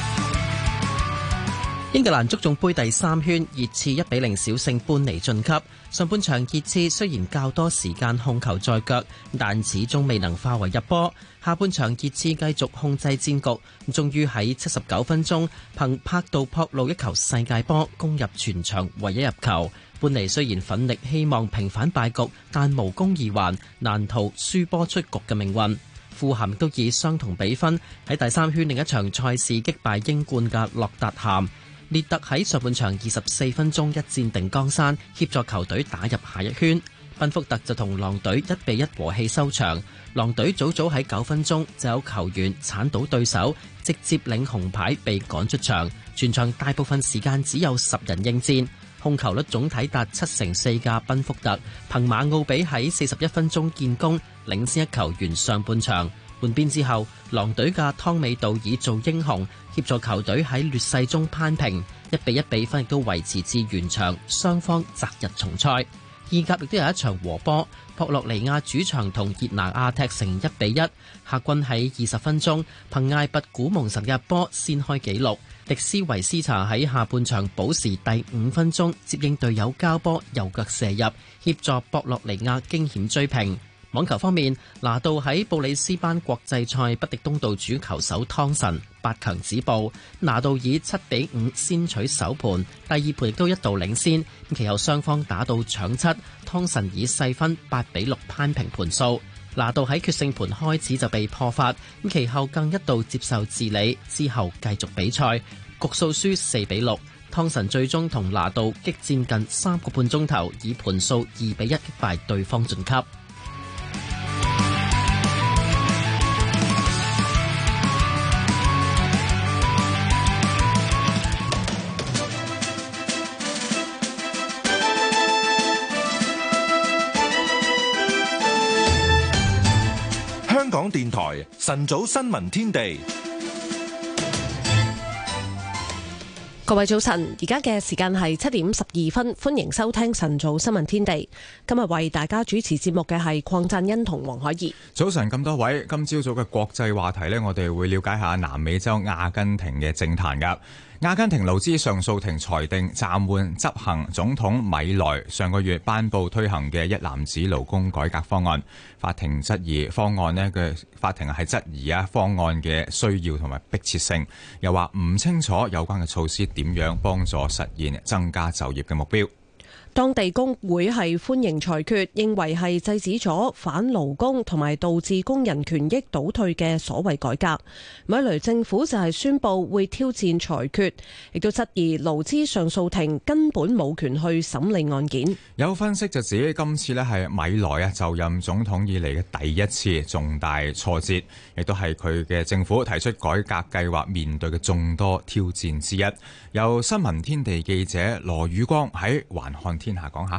英格蘭足總杯第三圈，熱刺一比零小勝般尼晉級。上半場熱刺雖然較多時間控球在腳，但始終未能化為入波。下半場熱刺繼續控制戰局，終於喺七十九分鐘憑柏杜撲路一球世界波攻入全場唯一入球。般尼雖然奮力希望平反敗局，但無功而還，難逃輸波出局嘅命運。富咸都以相同比分喺第三圈另一場賽事擊敗英冠嘅洛達咸。列特喺上半場二十四分鐘一戰定江山，協助球隊打入下一圈。賓福特就同狼隊一比一和氣收場。狼隊早早喺九分鐘就有球員鏟倒對手，直接領紅牌被趕出場。全場大部分時間只有十人應戰，控球率總體達七成四嘅賓福特，憑馬奧比喺四十一分鐘建功，領先一球完上半場。換邊之後，狼隊嘅湯美道爾做英雄，協助球隊喺劣勢中攀平，一比一比分亦都維持至完場，雙方擇日重賽。意甲亦都有一場和波，博洛尼亞主場同熱拿亞踢成一比一。客軍喺二十分鐘憑艾拔古蒙神嘅入波先開紀錄，迪斯維斯查喺下半場補時第五分鐘接應隊友交波右腳射入，協助博洛尼亞驚險追平。網球方面，拿度喺布里斯班國際賽不敵東道主球手湯神，八強止步。拿度以七比五先取首盤，第二盤亦都一度領先。其後雙方打到搶七，湯神以細分八比六扳平盤數。拿度喺決勝盤開始就被破發，咁其後更一度接受治理，之後繼續比賽，局數輸四比六。湯神最終同拿度激戰近三個半鐘頭，以盤數二比一擊敗對方晉級。 香港電台晨早新聞天地， 各位早晨，而家嘅時間係七點十二分，歡迎收聽晨早新聞天地。今日為大家主持節目嘅係鄺贊恩同黃海怡。 早晨咁多位，今朝早嘅國際話題呢，我哋會了解下南美洲阿根廷嘅政壇噶。阿根廷勞資上訴庭裁定暫緩執行總統米萊上個月頒布推行嘅一籃子勞工改革方案。法庭質疑方案呢嘅法庭係質疑啊方案嘅需要同埋迫切性，又話唔清楚有關嘅措施點樣幫助實現增加就業嘅目標。 當地工會係歡迎裁決，認為係制止咗反勞工同埋導致工人權益倒退嘅所謂改革。米雷政府就係宣布會挑戰裁決，亦都質疑勞資上訴庭根本冇權去審理案件。 有分析就指今次呢係米萊啊就任總統以嚟嘅第一次重大挫折，亦都係佢嘅政府提出改革計劃面對嘅眾多挑戰之一。由新聞天地記者羅宇光喺環看天下講下。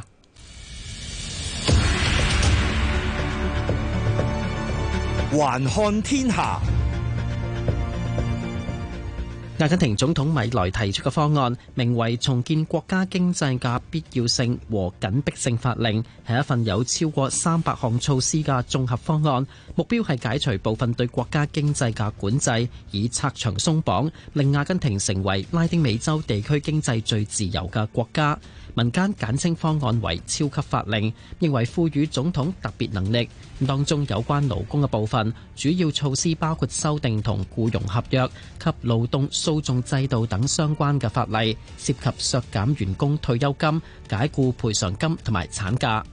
環看天下， 阿根廷總統米萊提出嘅方案，名為重建國家經濟嘅必要性和緊迫性法令，係一份有超過三百項措施嘅綜合方案，目標係解除部分對國家經濟嘅管制，以拆牆鬆綁，令阿根廷成為拉丁美洲地區經濟最自由嘅國家。民間簡稱方案為超級法令，認為賦予總統特別能力。當中有關勞工嘅部分，主要措施包括修訂同僱傭合約及勞動訴訟制度等相關嘅法例，涉及削減員工退休金、解僱賠償金同埋產假。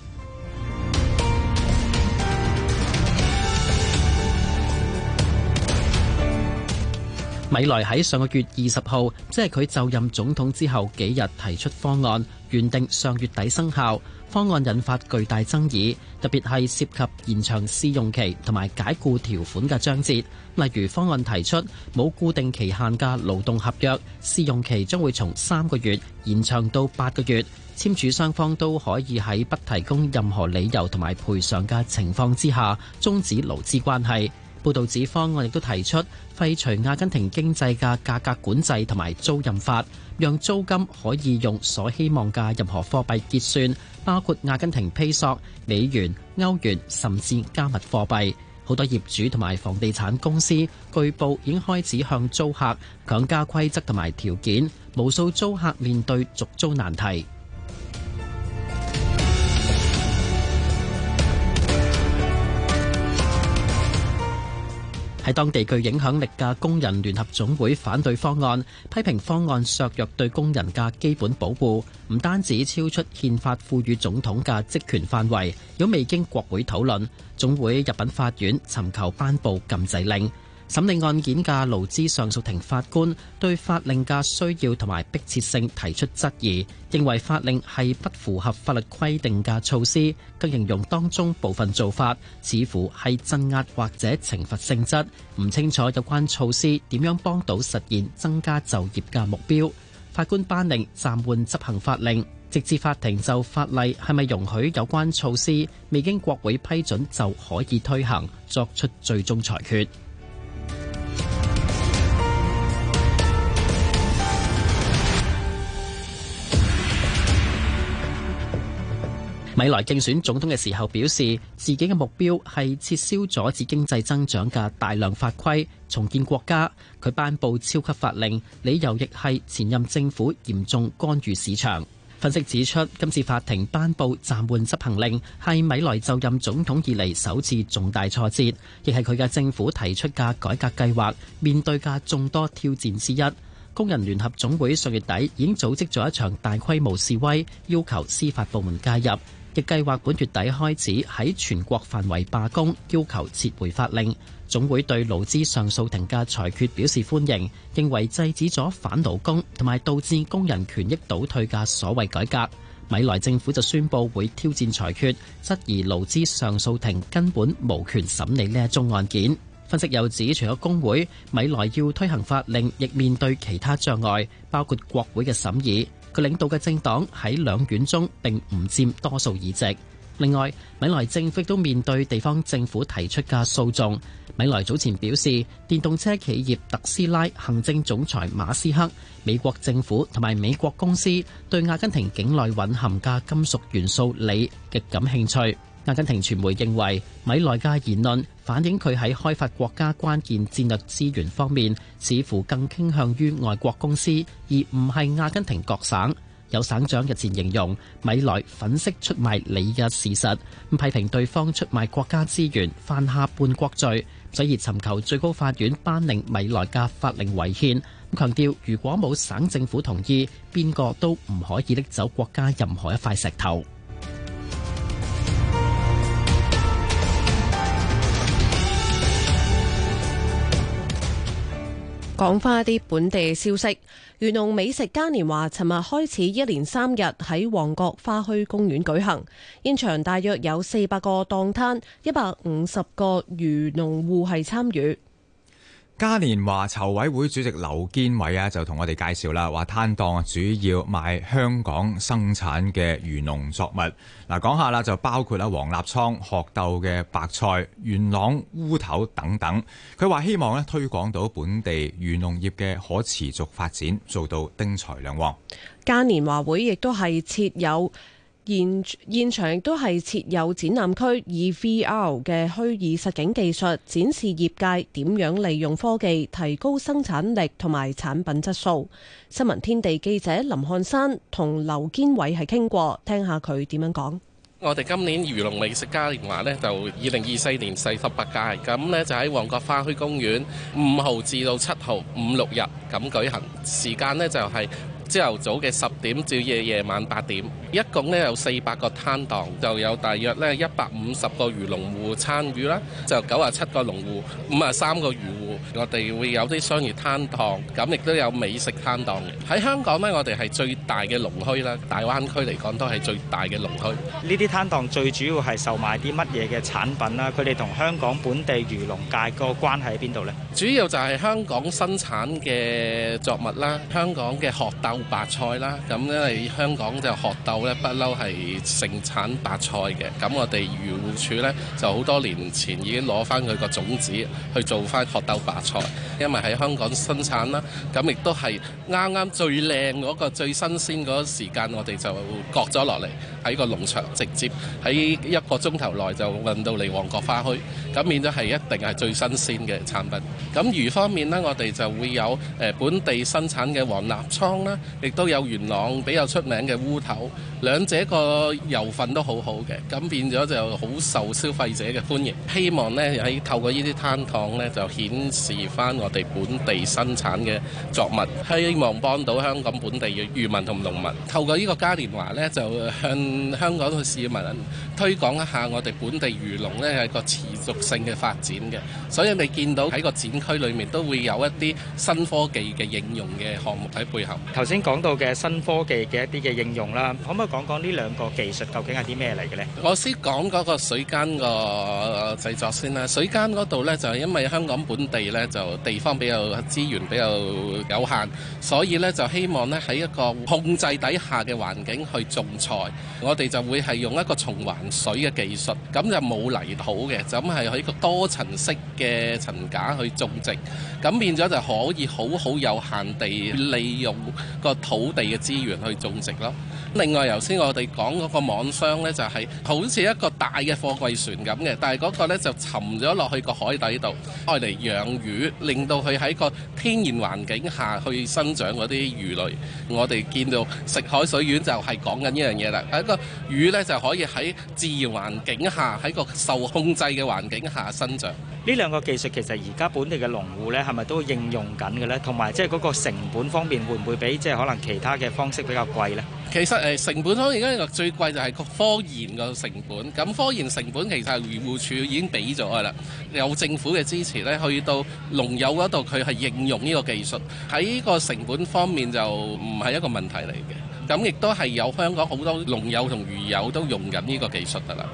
米萊喺上個月二十號，即係佢就任總統之後幾日提出方案，原定上月底生效。方案引發巨大爭議，特別係涉及延長試用期同埋解僱條款嘅章節。例如方案提出冇固定期限嘅勞動合約，試用期將會從三個月延長到八個月，簽署雙方都可以喺不提供任何理由同埋賠償嘅情況之下終止勞資關係。報道指方案亦都提出廢除阿根廷經濟嘅價格管制同埋租賃法，讓租金可以用所希望嘅任何貨幣結算，包括阿根廷披索、美元、歐元，甚至加密貨幣。好多業主同埋房地產公司據報已經開始向租客強加規則同埋條件，無數租客面對續租難題。喺當地具影響力嘅工人聯合總會反對方案，批評方案削弱對工人嘅基本保護，唔單止超出憲法賦予總統嘅職權範圍，亦未經國會討論。總會入稟法院尋求頒布禁制令。審理案件嘅勞資上訴庭法官對法令嘅需要同埋迫切性提出質疑，認為法令係不符合法律規定嘅措施，更形容當中部分做法似乎係鎮壓或者懲罰性質，唔清楚有關措施點樣幫到實現增加就業嘅目標。法官頒令暫緩執行法令，直至法庭就法例係咪容許有關措施未經國會批准就可以推行作出最終裁決。米萊競選總統嘅時候表示，自己嘅目標係撤銷阻止經濟增長嘅大量法規，重建國家。佢頒布超級法令，理由亦係前任政府嚴重干預市場。分析指出，今次法庭頒布暫緩執行令係米萊就任總統以嚟首次重大挫折，亦係佢嘅政府提出嘅改革計劃面對嘅眾多挑戰之一。工人聯合總會上月底已經組織咗一場大規模示威，要求司法部門介入。亦計劃本月底開始喺全國範圍罷工，要求撤回法令。總會對勞資上訴庭嘅裁決表示歡迎，認為制止咗反勞工同埋導致工人權益倒退嘅所謂改革。米萊政府就宣布會挑戰裁決，質疑勞資上訴庭根本無權審理呢一宗案件。分析又指，除咗工會，米萊要推行法令，亦面對其他障礙，包括國會嘅審議。佢領導嘅政黨喺兩院中並唔佔多數議席。另外，米萊政府亦都面對地方政府提出嘅訴訟。米萊早前表示，電動車企業特斯拉行政總裁馬斯克、美國政府同埋美國公司對阿根廷境內蘊含嘅金屬元素鋰極感興趣。阿根廷傳媒認為，米萊嘅言論反映佢喺開發國家關鍵戰略資源方面，似乎更傾向於外國公司，而唔係阿根廷各省。有省長日前形容米萊粉飾出賣鋰嘅事實，批評對方出賣國家資源，犯下叛國罪，所以尋求最高法院頒令米萊嘅法令違憲。強調如果冇省政府同意，邊個都唔可以拎走國家任何一塊石頭。 講返一啲本地消息，漁農美食嘉年華尋日開始一連三日喺旺角花墟公園舉行，現場大約有四百個檔攤，一百五十個漁農戶係參與。 嘉年華籌委會主席劉堅偉啊，就同我哋介紹啦，話攤檔啊主要賣香港生產嘅漁農作物。嗱，講下啦，就包括啦黃立倉、鶴藪嘅白菜、元朗烏頭等等。佢話希望咧推廣到本地漁農業嘅可持續發展，做到丁財兩旺。 嘉年華會亦都係設有現現場亦都係設有展覽區，以 V R 嘅虛擬實境技術展示業界點樣利用科技提高生產力同埋產品質素。新聞天地記者林漢山同劉堅偉係傾過，聽下佢點樣講。 我哋今年漁農美食嘉年華呢，就二零二四年四十八屆，咁呢就喺旺角花墟公園五號至到七號五六日咁舉行，時間呢就係、是。朝頭早嘅十點至夜夜晚八點，一共呢有四百個攤檔，就有大約呢一百五十個漁農戶參與啦，就九十七個農戶，五十三個漁戶。我哋會有啲商業攤檔，咁亦都有美食攤檔嘅。喺香港呢，我哋係最大嘅農墟啦，大灣區嚟講都係最大嘅農墟。 呢啲攤檔最主要係售賣啲乜嘢嘅產品啦？佢哋同香港本地漁農界個關係喺邊度呢？主要就係香港生產嘅作物啦，香港嘅鶴藪白菜啦，咁因為香港就鶴藪咧不嬲係盛產白菜嘅，咁我哋漁護署呢，就好多年前已經攞翻佢個種子去做翻鶴藪白菜，因為喺香港生產啦，咁亦都係啱啱最靚嗰個最新鮮嗰個時間，我哋就割咗落嚟喺個農場，直接喺一個鐘頭內就運到嚟旺角花墟，咁變咗係一定係最新鮮嘅產品。咁魚方面呢，我哋就會有誒本地生產嘅黃立倉啦，亦都有元朗比較出名嘅烏頭，兩者個油份都好好嘅，咁變咗就好受消費者嘅歡迎。希望呢喺透過呢啲攤檔呢，就顯示翻我哋本地生產嘅作物，希望幫到香港本地嘅漁民同農民。透過呢個嘉年華呢，就向香港嘅市民推廣一下我哋本地漁農呢係個持續性嘅發展嘅。所以你見到喺個展區裏面都會有一啲新科技嘅應用嘅項目喺背後。 頭先講到嘅新科技嘅一啲嘅應用啦，可唔可以講講呢兩個技術究竟係啲咩嚟嘅呢？ 我先講嗰個水間個製作先啦。水間嗰度呢，就係因為香港本地呢，就地方比較資源比較有限，所以呢，就希望呢喺一個控制底下嘅環境去種菜。我哋就會係用一個循環水嘅技術，咁就冇泥土嘅，就咁係喺一個多層式嘅層架去種植，咁變咗就可以好好有限地利用個土地嘅資源去種植咯。另外，頭先我哋講嗰個網箱呢，就係好似一個大嘅貨櫃船咁嘅，但係嗰個呢就沉咗落去個海底度，愛嚟養魚，令到佢喺個天然環境下去生長嗰啲魚類。我哋見到食海水丸就係講緊呢樣嘢啦，喺個魚呢就可以喺自然環境下，喺個受控制嘅環境下生長。 呢兩個技術其實而家本地嘅農戶呢係咪都應用緊嘅呢？同埋即係嗰個成本方面會唔會比即係可能其他嘅方式比較貴呢？ 其實誒成本方面而家最貴就係個科研個成本。咁科研成本其實係漁護署已經俾咗㗎啦，有政府嘅支持呢，去到農友嗰度佢係應用呢個技術，喺個成本方面就唔係一個問題嚟嘅。咁亦都係有香港好多農友同漁友都用緊呢個技術㗎啦。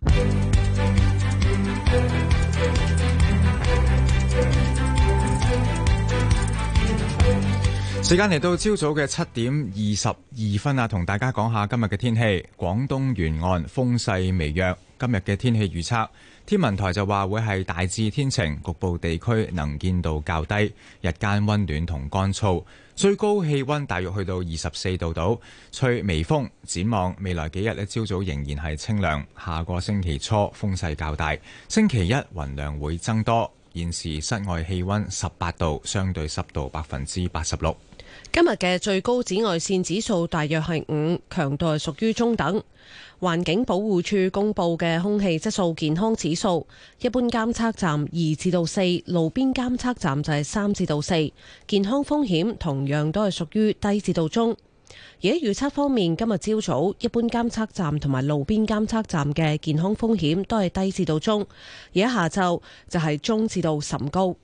時間嚟到朝早嘅七點二十二分啊，同大家講下今日嘅天氣。廣東沿岸風勢微弱，今日嘅天氣預測，天文台就話會係大致天晴，局部地區能見度較低，日間溫暖同乾燥，最高氣溫大約去到二十四度度，吹微風。展望未來幾日呢，朝早仍然係清涼，下個星期初風勢較大，星期一雲量會增多。現時室外氣溫十八度，相對濕度百分之八十六。 今日嘅最高紫外線指數大約係五，強度係屬於中等。環境保護署公布嘅空氣質素健康指數，一般監測站二至到四，路邊監測站就係三至到四，健康風險同樣都係屬於低至到中。而喺預測方面，今日朝早一般監測站同埋路邊監測站嘅健康風險都係低至到中，而喺下晝就係中至到甚高。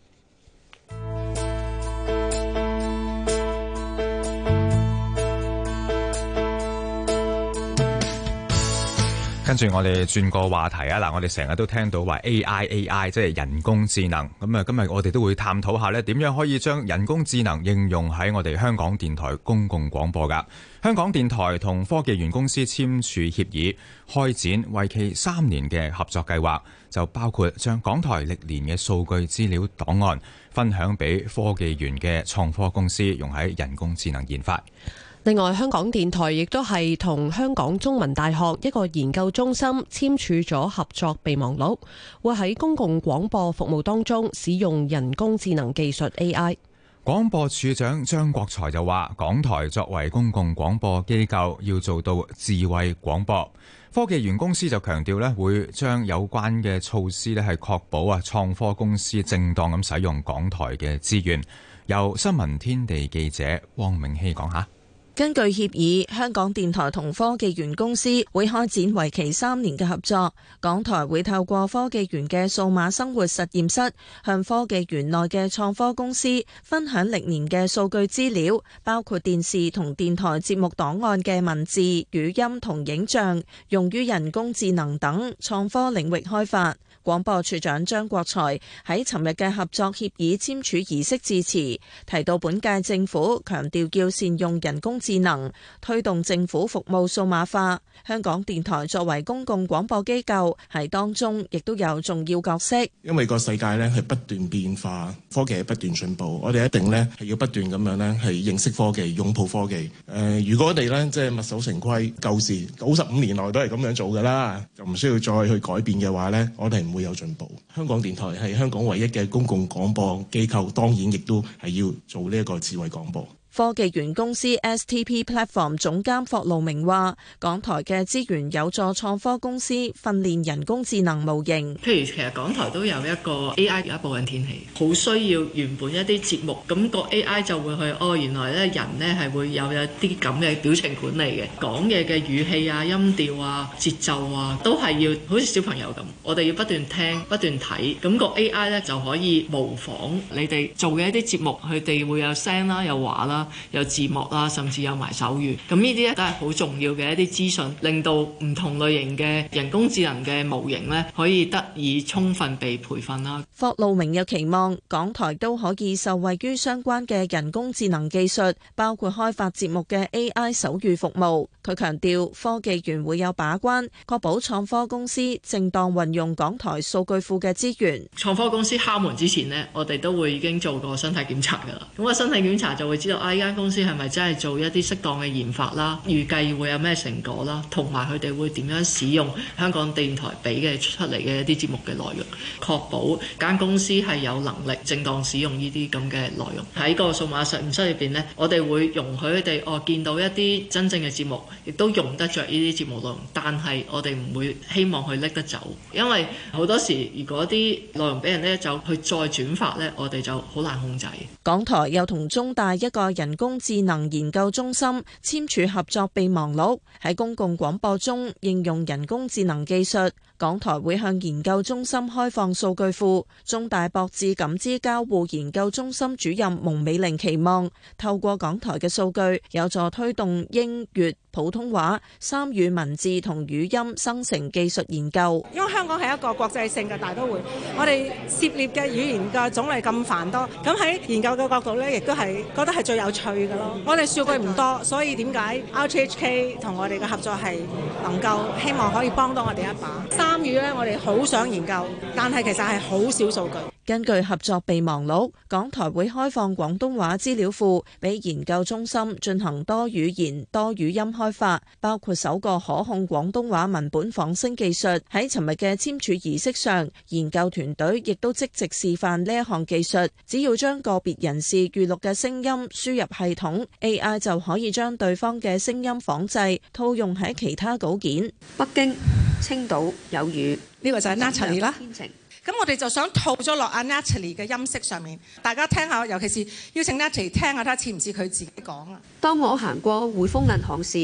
跟住我哋轉個話題啊！嗱，我哋成日都聽到話 A I A I 即係人工智能，咁啊今日我哋都會探討下呢點樣可以將人工智能應用喺我哋香港電台公共廣播㗎。香港電台同科技園公司簽署協議，開展為期三年嘅合作計劃，就包括將港台歷年嘅數據資料檔案分享俾科技園嘅創科公司，用喺人工智能研發。 另外，香港電台亦都係同香港中文大學一個研究中心簽署咗合作備忘錄，會喺公共廣播服務當中使用人工智能技術 A I。 廣播處長張國財就話，港台作為公共廣播機構，要做到智慧廣播。科技園公司就強調咧，會將有關嘅措施咧係確保啊創科公司正當咁使用港台嘅資源。由新聞天地記者汪明希講下。 根據協議，香港電台同科技園公司會開展為期三年嘅合作。港台會透過科技園嘅數碼生活實驗室，向科技園內嘅創科公司分享歷年嘅數據資料，包括電視同電台節目檔案嘅文字、語音同影像，用於人工智能等創科領域開發。廣播處長張國財喺尋日嘅合作協議簽署儀式致辭，提到本屆政府強調要善用人工智能，推動政府服務數碼化。香港電台作為公共廣播機構，喺當中亦都有重要角色。 因為個世界咧係不斷變化，科技係不斷進步，我哋一定咧係要不斷咁樣咧係認識科技、擁抱科技。誒、呃，如果我哋咧即係墨守成規，舊時九十五年來都係咁樣做㗎啦，就唔需要再去改變嘅話咧，我哋唔會有進步。香港電台係香港唯一嘅公共廣播機構，當然亦都係要做呢一個智慧廣播。 科技園公司 S T P Platform 總監霍路明話，港台嘅資源有助創科公司訓練人工智能模型。 譬如其實港台都有一個 A I 而家播緊天氣，好需要原本一啲節目，咁個 A I 就會去哦，原來咧人咧係會有一啲咁嘅表情管理嘅，講嘢嘅語氣啊、音調啊、節奏啊，都係要好似小朋友咁，我哋要不斷聽、不斷睇，咁個 A I 咧就可以模仿你哋做嘅一啲節目，佢哋會有聲啦、有畫啦。有字幕啦，甚至有埋手語，咁呢啲咧都係好重要嘅一啲資訊，令到唔同類型嘅人工智能嘅模型咧可以得以充分被培訓啦。 霍路明又期望港台都可以受惠於相關嘅人工智能技術，包括開發節目嘅 A I 手語服務。佢強調科技園會有把關，確保創科公司正當運用港台數據庫嘅資源。 創科公司敲門之前呢，我哋都會已經做過身體檢查㗎啦。咁個身體檢查就會知道啊，呢間公司係咪真係做一啲適當嘅研發啦？預計會有咩成果啦？同埋佢哋會點樣使用香港電台俾嘅出嚟嘅一啲節目嘅內容，確保間公司係有能力正當使用呢啲咁嘅內容。喺個數碼實驗室入邊呢，我哋會容許佢哋哦見到一啲真正嘅節目，亦都用得着呢啲節目內容，但係我哋唔會希望佢拎得走，因為好多時如果啲內容俾人拎得走，佢再轉發呢，我哋就好難控制。 港台又同中大一個人工智能研究中心簽署合作備忘錄，喺公共廣播中應用人工智能技術。港台會向研究中心開放數據庫。中大博智感知交互研究中心主任蒙美玲期望透過港台嘅數據，有助推動英粵普通話三語文字同語音生成技術研究。 因為香港係一個國際性嘅大都會，我哋涉獵嘅語言嘅種類咁繁多，咁喺研究嘅角度咧，亦都係覺得係最有趣嘅咯。我哋數據唔多，所以點解 R T H K 同我哋嘅合作係能夠希望可以幫到我哋一把。三語咧，我哋好想研究，但係其實係好少數據。 根據合作備忘錄，港台會開放廣東話資料庫俾研究中心進行多語言多語音開發，包括首個可控廣東話文本仿聲技術。喺尋日嘅簽署儀式上，研究團隊亦都即席示範呢一項技術，只要將個別人士預錄嘅聲音輸入系統 A I 就可以將對方嘅聲音仿製套用喺其他稿件。 北京、青島有雨， 呢個就係 Natalie 啦。咁我哋就想套咗落阿 Natalie 嘅音色上面，大家聽下，尤其是邀請 Natalie 聽下，睇下似唔似佢自己講啊。 當我行過匯豐銀行時，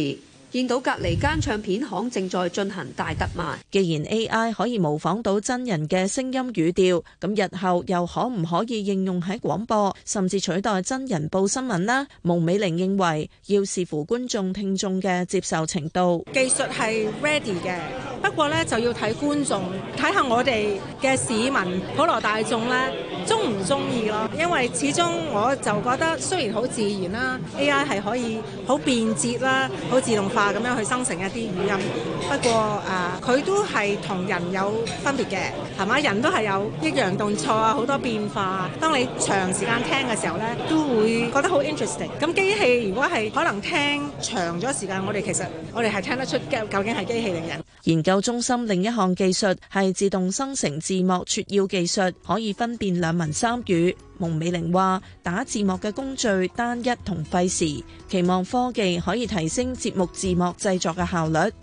見到隔離間唱片行正在進行大特賣。 既然 A I 可以模仿到真人嘅聲音語調，咁日後又可唔可以應用喺廣播，甚至取代真人報新聞呢？蒙美玲認為要視乎觀眾聽眾嘅接受程度。 技術係 ready 嘅，不過咧就要睇觀眾，睇下我哋嘅市民普羅大眾咧中唔中意咯。因為始終我就覺得雖然好自然啦 ，A I 係可以好便捷啦，好自動化咁樣去生成一啲語音。不過啊，佢、呃、都係同人有分別嘅，係嘛？人都係有抑揚頓挫啊，好多變化。當你長時間聽嘅時候咧，都會覺得好 interesting。咁機器如果係可能聽長咗時間，我哋其實我哋係聽得出究竟係機器定人。 研究中心另一項技術係自動生成字幕撮要技術，可以分辨兩文三語。蒙美玲話：打字幕嘅工序單一同費時，期望科技可以提升節目字幕製作嘅效率。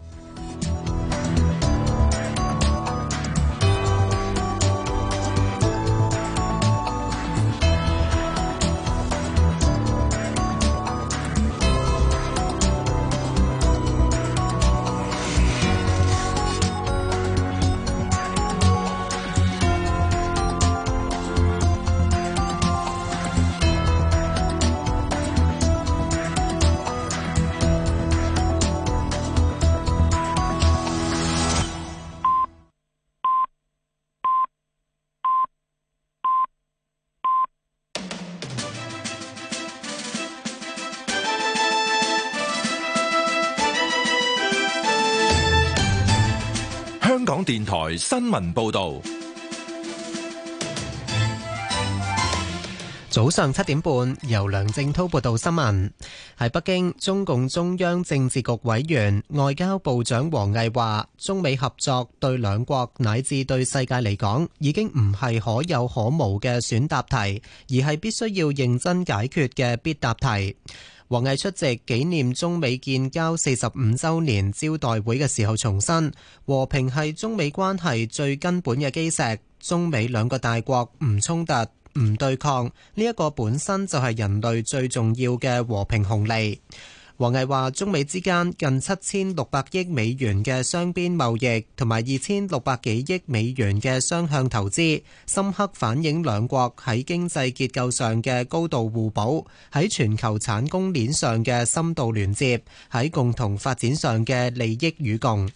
香港電台新聞報道。 早上七點半，由梁正滔報道新聞。喺北京，中共中央政治局委員、外交部長王毅話，中美合作對兩國乃至對世界嚟講，已經唔係可有可無嘅選答題，而係必須要認真解決嘅必答題。王毅出席紀念中美建交四十五週年招待會嘅時候重申，和平係中美關係最根本嘅基石，中美兩個大國唔衝突、唔對抗，呢一個本身就係人類最重要嘅和平紅利。王毅話：中美之間近七千六百億美元嘅雙邊貿易同埋二千六百幾億美元嘅雙向投資，深刻反映兩國喺經濟結構上嘅高度互補，喺全球產供鏈上嘅深度聯接，喺共同發展上嘅利益與共。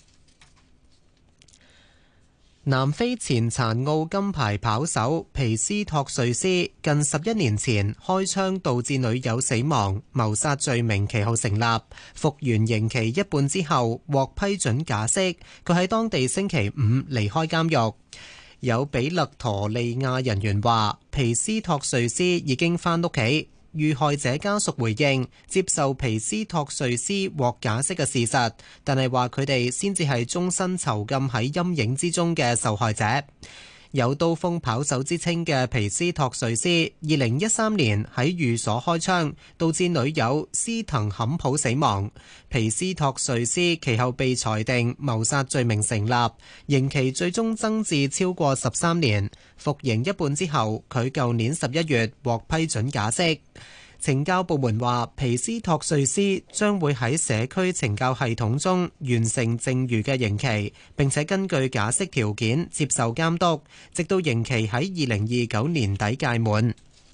南非前殘奧金牌跑手皮斯托瑞斯近十一年前開槍導致女友死亡，謀殺罪名其後成立，服完刑期一半之後獲批准假釋，佢喺當地星期五離開監獄。有比勒陀利亞人員話，皮斯托瑞斯已經返屋企。遇害者家屬回應接受皮斯托瑞斯獲假釋嘅事實，但係話佢哋先至係終身囚禁喺陰影之中嘅受害者。有刀鋒跑手之稱嘅皮斯托瑞斯，二零一三年喺寓所開槍，導致女友斯滕坎普死亡。皮斯托瑞斯其後被裁定謀殺罪名成立，刑期最終增至超過十三年。服刑一半之後，佢舊年十一月獲批准假釋。懲教部門話，皮斯托瑞斯將會喺社區懲教系統中完成剩餘嘅刑期，並且根據假釋條件接受監督，直到刑期喺二零二九年底屆滿。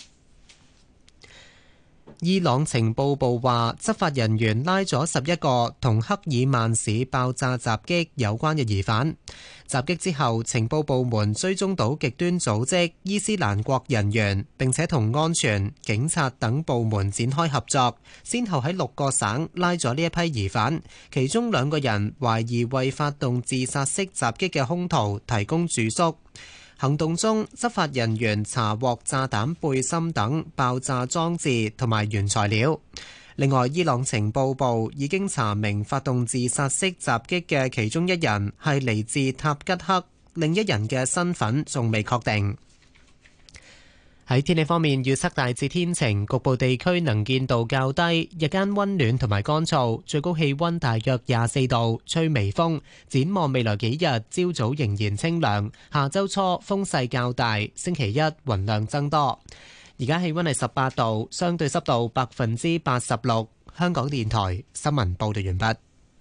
伊朗情報部話，執法人員拉咗十一個同克爾曼市爆炸襲擊有關嘅疑犯。襲擊之後，情報部門追蹤到極端組織伊斯蘭國人員，並且同安全、警察等部門展開合作，先後喺六個省拉咗呢一批疑犯，其中兩個人懷疑為發動自殺式襲擊嘅兇徒提供住宿。行動中，執法人員查獲炸彈背心等爆炸裝置同埋原材料。另外，伊朗情報部已經查明發動自殺式襲擊嘅其中一人係嚟自塔吉克，另一人嘅身份仲未確定。喺天氣方面，預測大致天晴，局部地區能見度較低，日間溫暖同埋乾燥，最高氣溫大約廿四度，吹微風。展望未來幾日，朝早仍然清涼，下周初風勢較大，星期一雲量增多。而家氣溫係十八度，相對濕度百分之八十六。香港電台新聞報道完畢。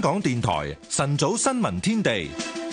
港電台晨早新聞天地。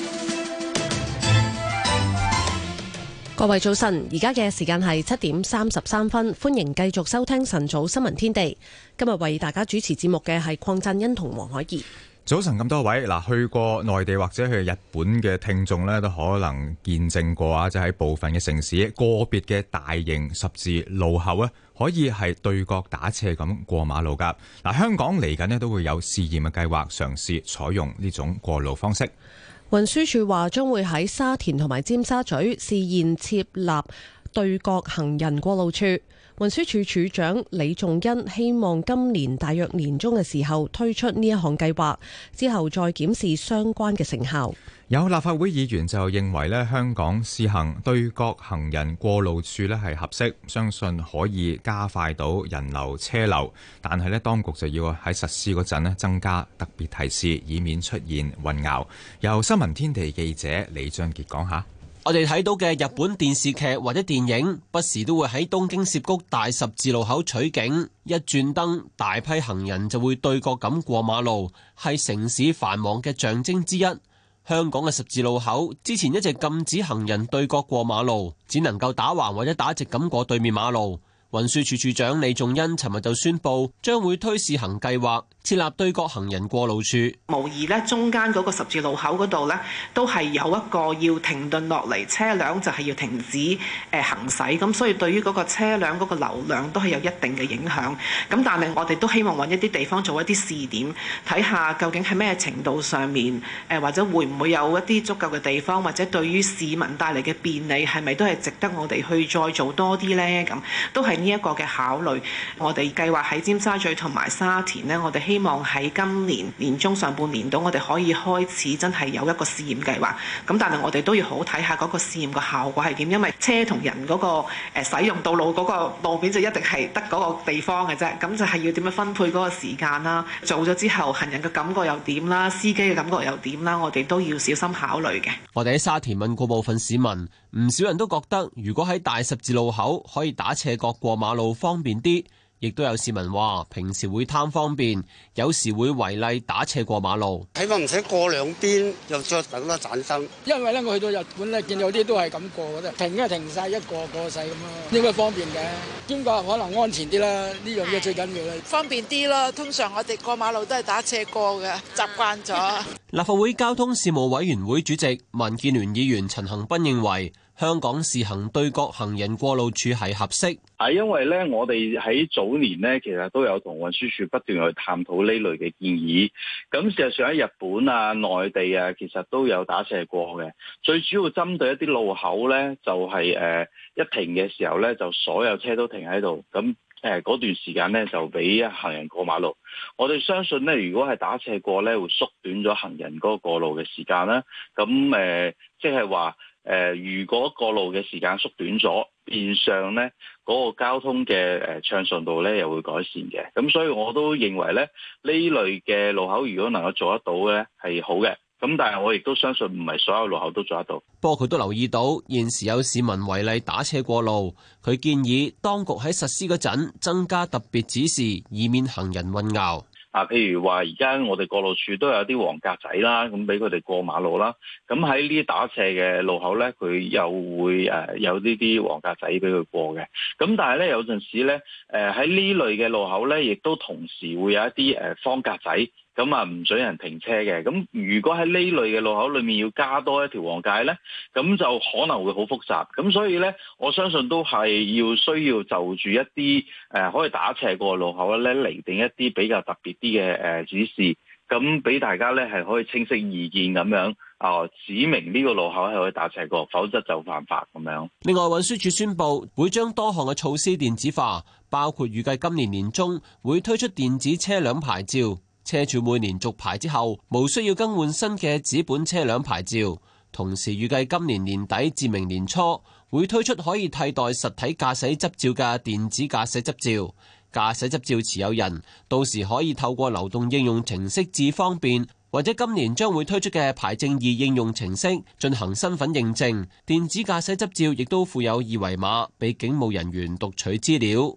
各位早晨，而家嘅時間係七點三十三分，歡迎繼續收聽晨早新聞天地。今日為大家主持節目嘅係鄺振欣同黃海怡。 早晨咁多位，嗱，去過內地或者去日本嘅聽眾呢，都可能見證過啊，就喺部分嘅城市個別嘅大型十字路口呢，可以係對角打斜咁過馬路噶。嗱，香港嚟緊呢都會有試驗嘅計劃，嘗試採用呢種過路方式。 運輸署話將會喺沙田同埋尖沙咀試驗設立對角行人過路處。運輸署署長李仲恩希望今年大約年中嘅時候推出呢一項計劃，之後再檢視相關嘅成效。 有立法會議員就認為咧，香港試行對角行人過路處咧係合適，相信可以加快到人流車流。但係咧，當局就要喺實施嗰陣咧增加特別提示，以免出現混淆。由新聞天地記者李俊傑講下。 我哋睇到嘅日本電視劇或者電影，不時都會喺東京涉谷大十字路口取景，一轉燈，大批行人就會對角咁過馬路，係城市繁忙嘅象徵之一。香港嘅十字路口之前一直禁止行人對角過馬路，只能夠打橫或者打直咁過對面馬路。運輸署署長李仲恩尋日就宣布，將會推試行計劃，設立對角行人過路處。 無疑咧，中間嗰個十字路口嗰度咧，都係有一個要停頓落嚟，車輛就係要停止誒行駛。咁所以對於嗰個車輛嗰個流量都係有一定嘅影響。咁但係我哋都希望揾一啲地方做一啲試點，睇下究竟係咩程度上面誒，或者會唔會有一啲足夠嘅地方，或者對於市民帶嚟嘅便利係咪都係值得我哋去再做多啲呢？咁都係呢一個嘅考慮。我哋計劃喺尖沙咀同埋沙田呢，我哋希望喺今年年中上半年度，我哋可以開始真係有一個試驗計劃。咁但係我哋都要好睇下嗰個試驗嘅效果係點，因為車同人嗰個誒使用道路嗰個路面就一定係得嗰個地方嘅啫。咁就係要點樣分配嗰個時間啦。做咗之後，行人嘅感覺又點啦，司機嘅感覺又點啦，我哋都要小心考慮嘅。 我哋喺沙田問過部分市民，唔少人都覺得如果喺大十字路口可以打斜角過馬路方便啲。亦都有市民話，平時會貪方便，有時會違例打斜過馬路。 起碼唔使過兩邊，又再等多盞燈。因為咧，我去到日本咧，見有啲都係咁過嘅啫，停嘅停晒一個過世咁咯，應該方便嘅。兼個可能安全啲啦，呢樣嘢最緊要啦。 方便啲咯，通常我哋過馬路都係打斜過嘅，習慣咗。 立法會交通事務委員會主席民建聯議員陳恒鑌認為，香港試行對角行人過路處係合適， 係因為咧，我哋喺早年咧，其實都有同運輸署不斷去探討呢類嘅建議。咁事實上喺日本啊、內地啊，其實都有打斜過嘅。最主要針對一啲路口咧，就係、是、誒、呃、一停嘅時候咧，就所有車都停喺度。咁誒嗰段時間咧，就俾行人過馬路。我哋相信咧，如果係打斜過咧，會縮短咗行人嗰個過路嘅時間啦。咁誒、呃，即係話。誒、呃，如果過路嘅時間縮短咗，變相咧嗰、那個交通嘅誒暢順度咧又會改善嘅。咁所以我都認為咧，呢類嘅路口如果能夠做得到咧係好嘅。咁但係我亦都相信唔係所有路口都做得到。 不過佢都留意到現時有市民違例打斜過路，佢建議當局喺實施嗰陣增加特別指示，以免行人混淆。 啊，譬如話而家我哋過路處都有啲黃格仔啦，咁俾佢哋過馬路啦。咁喺呢啲打斜嘅路口咧，佢又會誒有呢啲黃格仔俾佢過嘅。咁但係咧有陣時咧，誒喺呢類嘅路口咧，亦都同時會有一啲誒方格仔。咁啊，唔准人停車嘅。咁如果喺呢類嘅路口裏面要加多一條黃界呢，咁就可能會好複雜。咁所以呢，我相信都係要需要就住一啲誒、呃、可以打斜過路口咧，嚟定一啲比較特別啲嘅誒指示，咁俾大家呢係可以清晰意見咁樣啊、呃，指明呢個路口係可以打斜過，否則就犯法咁樣。 另外，運輸署宣布會將多項嘅措施電子化，包括預計今年年中會推出電子車輛牌照。車主每年續牌之後，無需要更換新嘅紙本車輛牌照。同時預計今年年底至明年初會推出可以替代實體駕駛執照嘅電子駕駛執照。駕駛執照持有人到時可以透過流動應用程式智方便，或者今年將會推出嘅牌證二應用程式進行身份認證。電子駕駛執照亦都附有二維碼，俾警務人員讀取資料。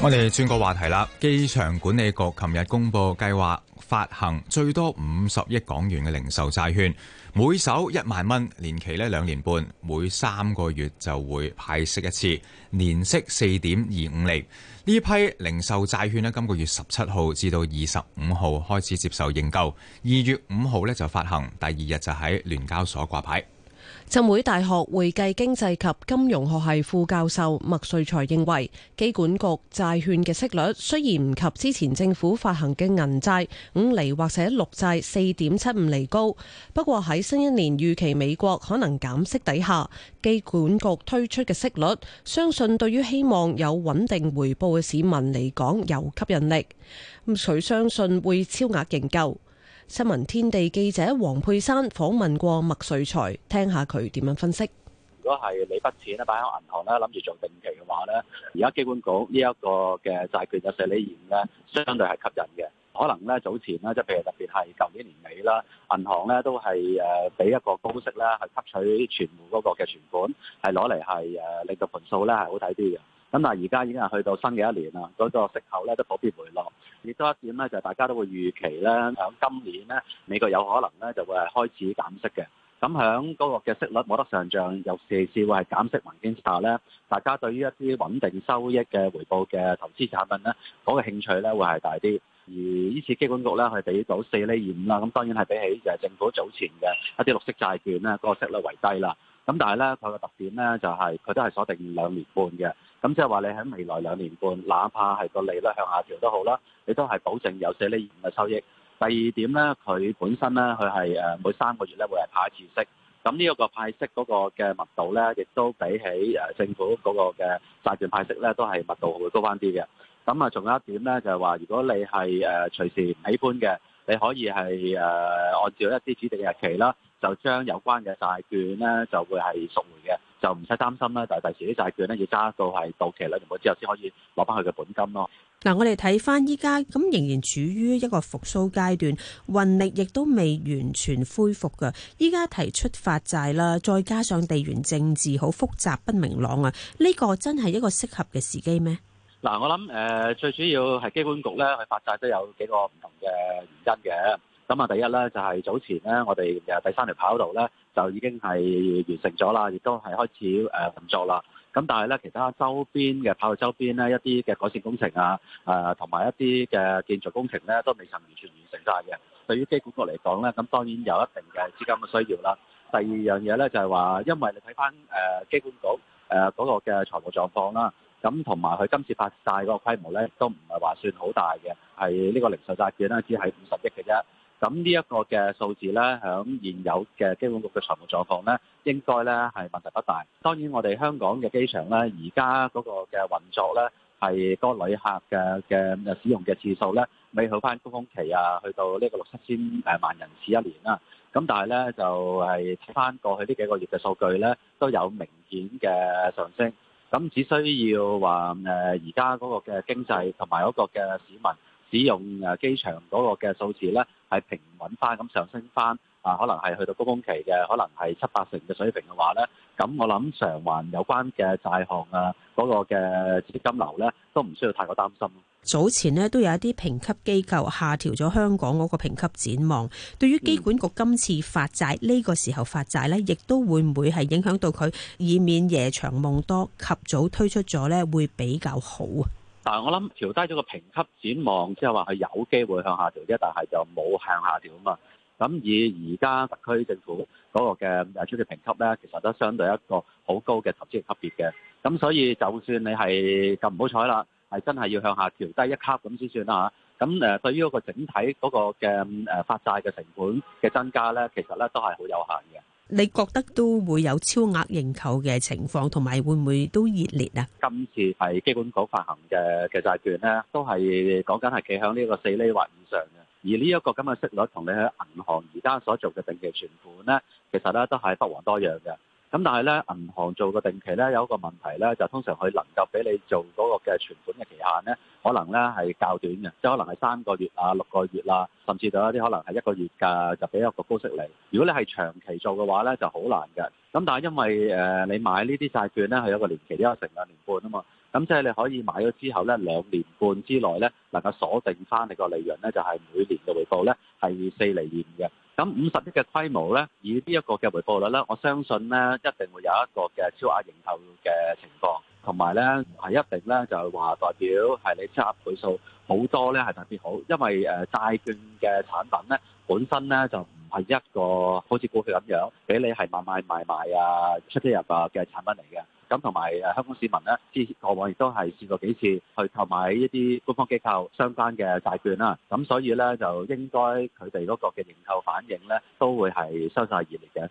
我哋轉個話題啦，機場管理局琴日公布計劃發行最多五十億港元嘅零售債券，每手一萬蚊，年期呢兩年半，每三個月就會派息一次，年息四點二五厘。呢批零售債券呢，今個月十七號至到二十五號開始接受認購，二月五號呢就發行，第二日就喺聯交所掛牌。 浸會大學會計經濟及金融學系副教授麥瑞才認為，機管局債券嘅息率雖然唔及之前政府發行嘅銀債五厘或者綠債四點七五厘高，不過喺新一年預期美國可能減息底下，機管局推出嘅息率，相信對於希望有穩定回報嘅市民嚟講有吸引力。咁佢相信會超額認購。新聞天地記者黃佩珊訪問過麥瑞才，聽下佢點樣分析。 如果係你筆錢咧擺喺銀行咧，諗住做定期嘅話咧，而家機管局呢一個嘅債券有四厘二咧，相對係吸引嘅。可能咧早前咧，即係譬如特別係舊年年尾啦，銀行咧都係誒俾一個高息咧，係吸取存戶嗰個嘅存款，係攞嚟係誒令到盤數咧係好睇啲嘅。咁但係而家已經係去到新嘅一年啦，嗰、那個息口咧都普遍回落。亦都一點咧，就係大家都會預期咧，響今年咧美國有可能咧就會係開始減息嘅。咁響嗰個嘅息率冇得上漲，尤其是會係減息環境之下咧，大家對於一啲穩定收益嘅回報嘅投資產品咧，嗰、那個興趣咧會係大啲。而呢次機管局咧係俾到四厘二五啦，咁當然係比起就係政府早前嘅一啲綠色債券咧，嗰、那個息率為低啦。咁但係咧佢個特點咧就係佢都係鎖定兩年半嘅。咁即係話你喺未來兩年半，哪怕係個利率向下調都好啦，你都係保證有四厘二五嘅收益。第二點咧，佢本身咧，佢係誒每三個月咧會係派一次息。咁呢一個派息嗰個嘅密度咧，亦都比起誒政府嗰個嘅債券派息咧，都係密度會高翻啲嘅。咁啊，仲有一點咧，就係話如果你係誒隨時唔喜歡嘅，你可以係誒按照一啲指定嘅日期啦，就將有關嘅債券咧就會係贖回嘅。就唔使擔心啦，但係第時啲債券咧要揸到係到期兩年半之後先可以攞翻佢嘅本金咯。 嗱，我哋睇翻依家咁仍然處於一個復甦階段，運力亦都未完全恢復㗎。依家提出發債啦，再加上地緣政治好複雜不明朗啊，呢個真係一個適合嘅時機咩？ 嗱，我諗誒、呃、最主要係機管局咧，佢發債都有幾個唔同嘅原因嘅。咁啊，第一咧就係早前咧，我哋誒第三條跑道咧就已經係完成咗啦，亦都係開始誒運作啦。咁但係咧，其他周邊嘅跑道周邊咧一啲嘅改善工程啊，誒同埋一啲嘅建造工程咧都未曾完全完成晒嘅。對於機管局嚟講咧，咁當然有一定嘅資金嘅需要啦。第二樣嘢咧就係話，因為你睇翻誒機管局誒嗰個嘅財務狀況啦。咁同埋佢今次發債嗰個規模咧，都唔係話算好大嘅，係呢個零售債券咧，只係五十億嘅啫。咁呢一個嘅數字咧，響現有嘅機管局嘅財務狀況咧，應該咧係問題不大。當然，我哋香港嘅機場咧，而家嗰個嘅運作咧，係嗰個旅客嘅嘅使用嘅次數咧，未去翻高峰期啊，去到呢個六七千誒萬人次一年啦。咁但係咧，就係睇翻過去呢幾個月嘅數據咧，都有明顯嘅上升。咁只需要話誒，而家嗰個嘅經濟同埋嗰個嘅市民使用誒機場嗰個嘅數字咧，係平穩翻咁上升翻啊，可能係去到高峰期嘅，可能係七八成嘅水平嘅話咧，咁我諗償還有關嘅債項啊，嗰個嘅資金流咧，都唔需要太過擔心。 早前呢都有一啲評級機構下調咗香港嗰個評級展望。對於機管局今次發債呢、嗯、個時候發債呢，亦都會唔會係影響到佢，以免夜長夢多，及早推出咗呢會比較好啊？ 但係我諗調低咗個評級展望，即係話佢有機會向下調啫，但係就冇向下調啊嘛。咁以而家特區政府嗰個嘅誒出嘅評級咧，其實都相對一個好高嘅投資級別嘅。咁所以就算你係咁唔好彩啦，係真係要向下調低一級咁先算啦嚇。咁誒對於嗰個整體嗰個嘅誒發債嘅成本嘅增加咧，其實咧都係好有限嘅。 你覺得都會有超額認購嘅情況，同埋會唔會都熱烈啊？ 今次係機管局發行嘅嘅債券咧，都係講緊係企響呢個四厘或以上嘅。而呢一個咁嘅息率同你喺銀行而家所做嘅定期存款咧，其實咧都係不遑多讓嘅。咁但係咧，銀行做個定期咧有一個問題咧，就通常佢能夠俾你做嗰個嘅存款嘅期限咧，可能咧係較短嘅，即係可能係三個月啊、六個月啦，甚至到一啲可能係一個月㗎，就俾一個高息嚟。如果你係長期做嘅話咧，就好難嘅。咁但係因為誒、呃、你買呢啲債券咧係有個年期都有成兩年半啊嘛， 咁即係你可以買咗之後咧，兩年半之內咧能夠鎖定翻你個利潤咧，就係每年嘅回報咧係四厘二嘅。咁五十億嘅規模咧，以呢一個嘅回報率咧，我相信咧一定會有一個嘅超額認購嘅情況，同埋咧係一定咧就係話代表係你超額倍數好多咧係特別好，因為誒債券嘅產品咧本身咧就唔係一個好似股票咁樣俾你係買買賣賣啊出出入啊嘅產品嚟嘅。咁同埋誒香港市民咧，之過往亦都係試過幾次去購買一啲官方機構相關嘅債券啦。咁所以咧，就應該佢哋嗰個嘅認購反應咧，都會係相當熱烈嘅。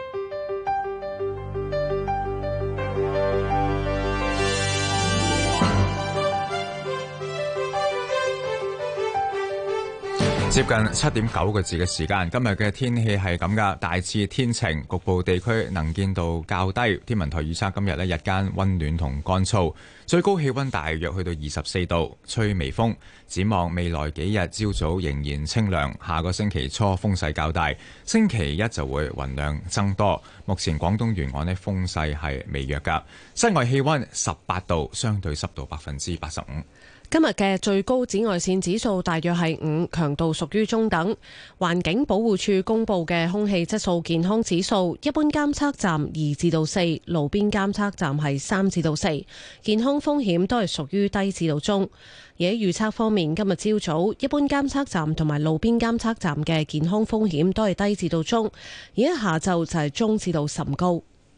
接近七點九個字嘅時間，今日嘅天氣係咁噶，大致天晴，局部地區能見度較低。天文台預測今日咧日間溫暖同乾燥，最高氣溫大約去到二十四度，吹微風。展望未來幾日朝早仍然清涼，下個星期初風勢較大，星期一就會雲量增多。目前廣東沿岸呢風勢係微弱噶，室外氣溫十八度，相對濕度百分之八十五。 今日嘅最高紫外線指數大約係五，強度屬於中等。環境保護署公布嘅空氣質素健康指數，一般監測站二至到四，路邊監測站係三至到四，健康風險都係屬於低至到中。而喺預測方面，今日朝早一般監測站同埋路邊監測站嘅健康風險都係低至到中，而喺下晝就係中至到甚高。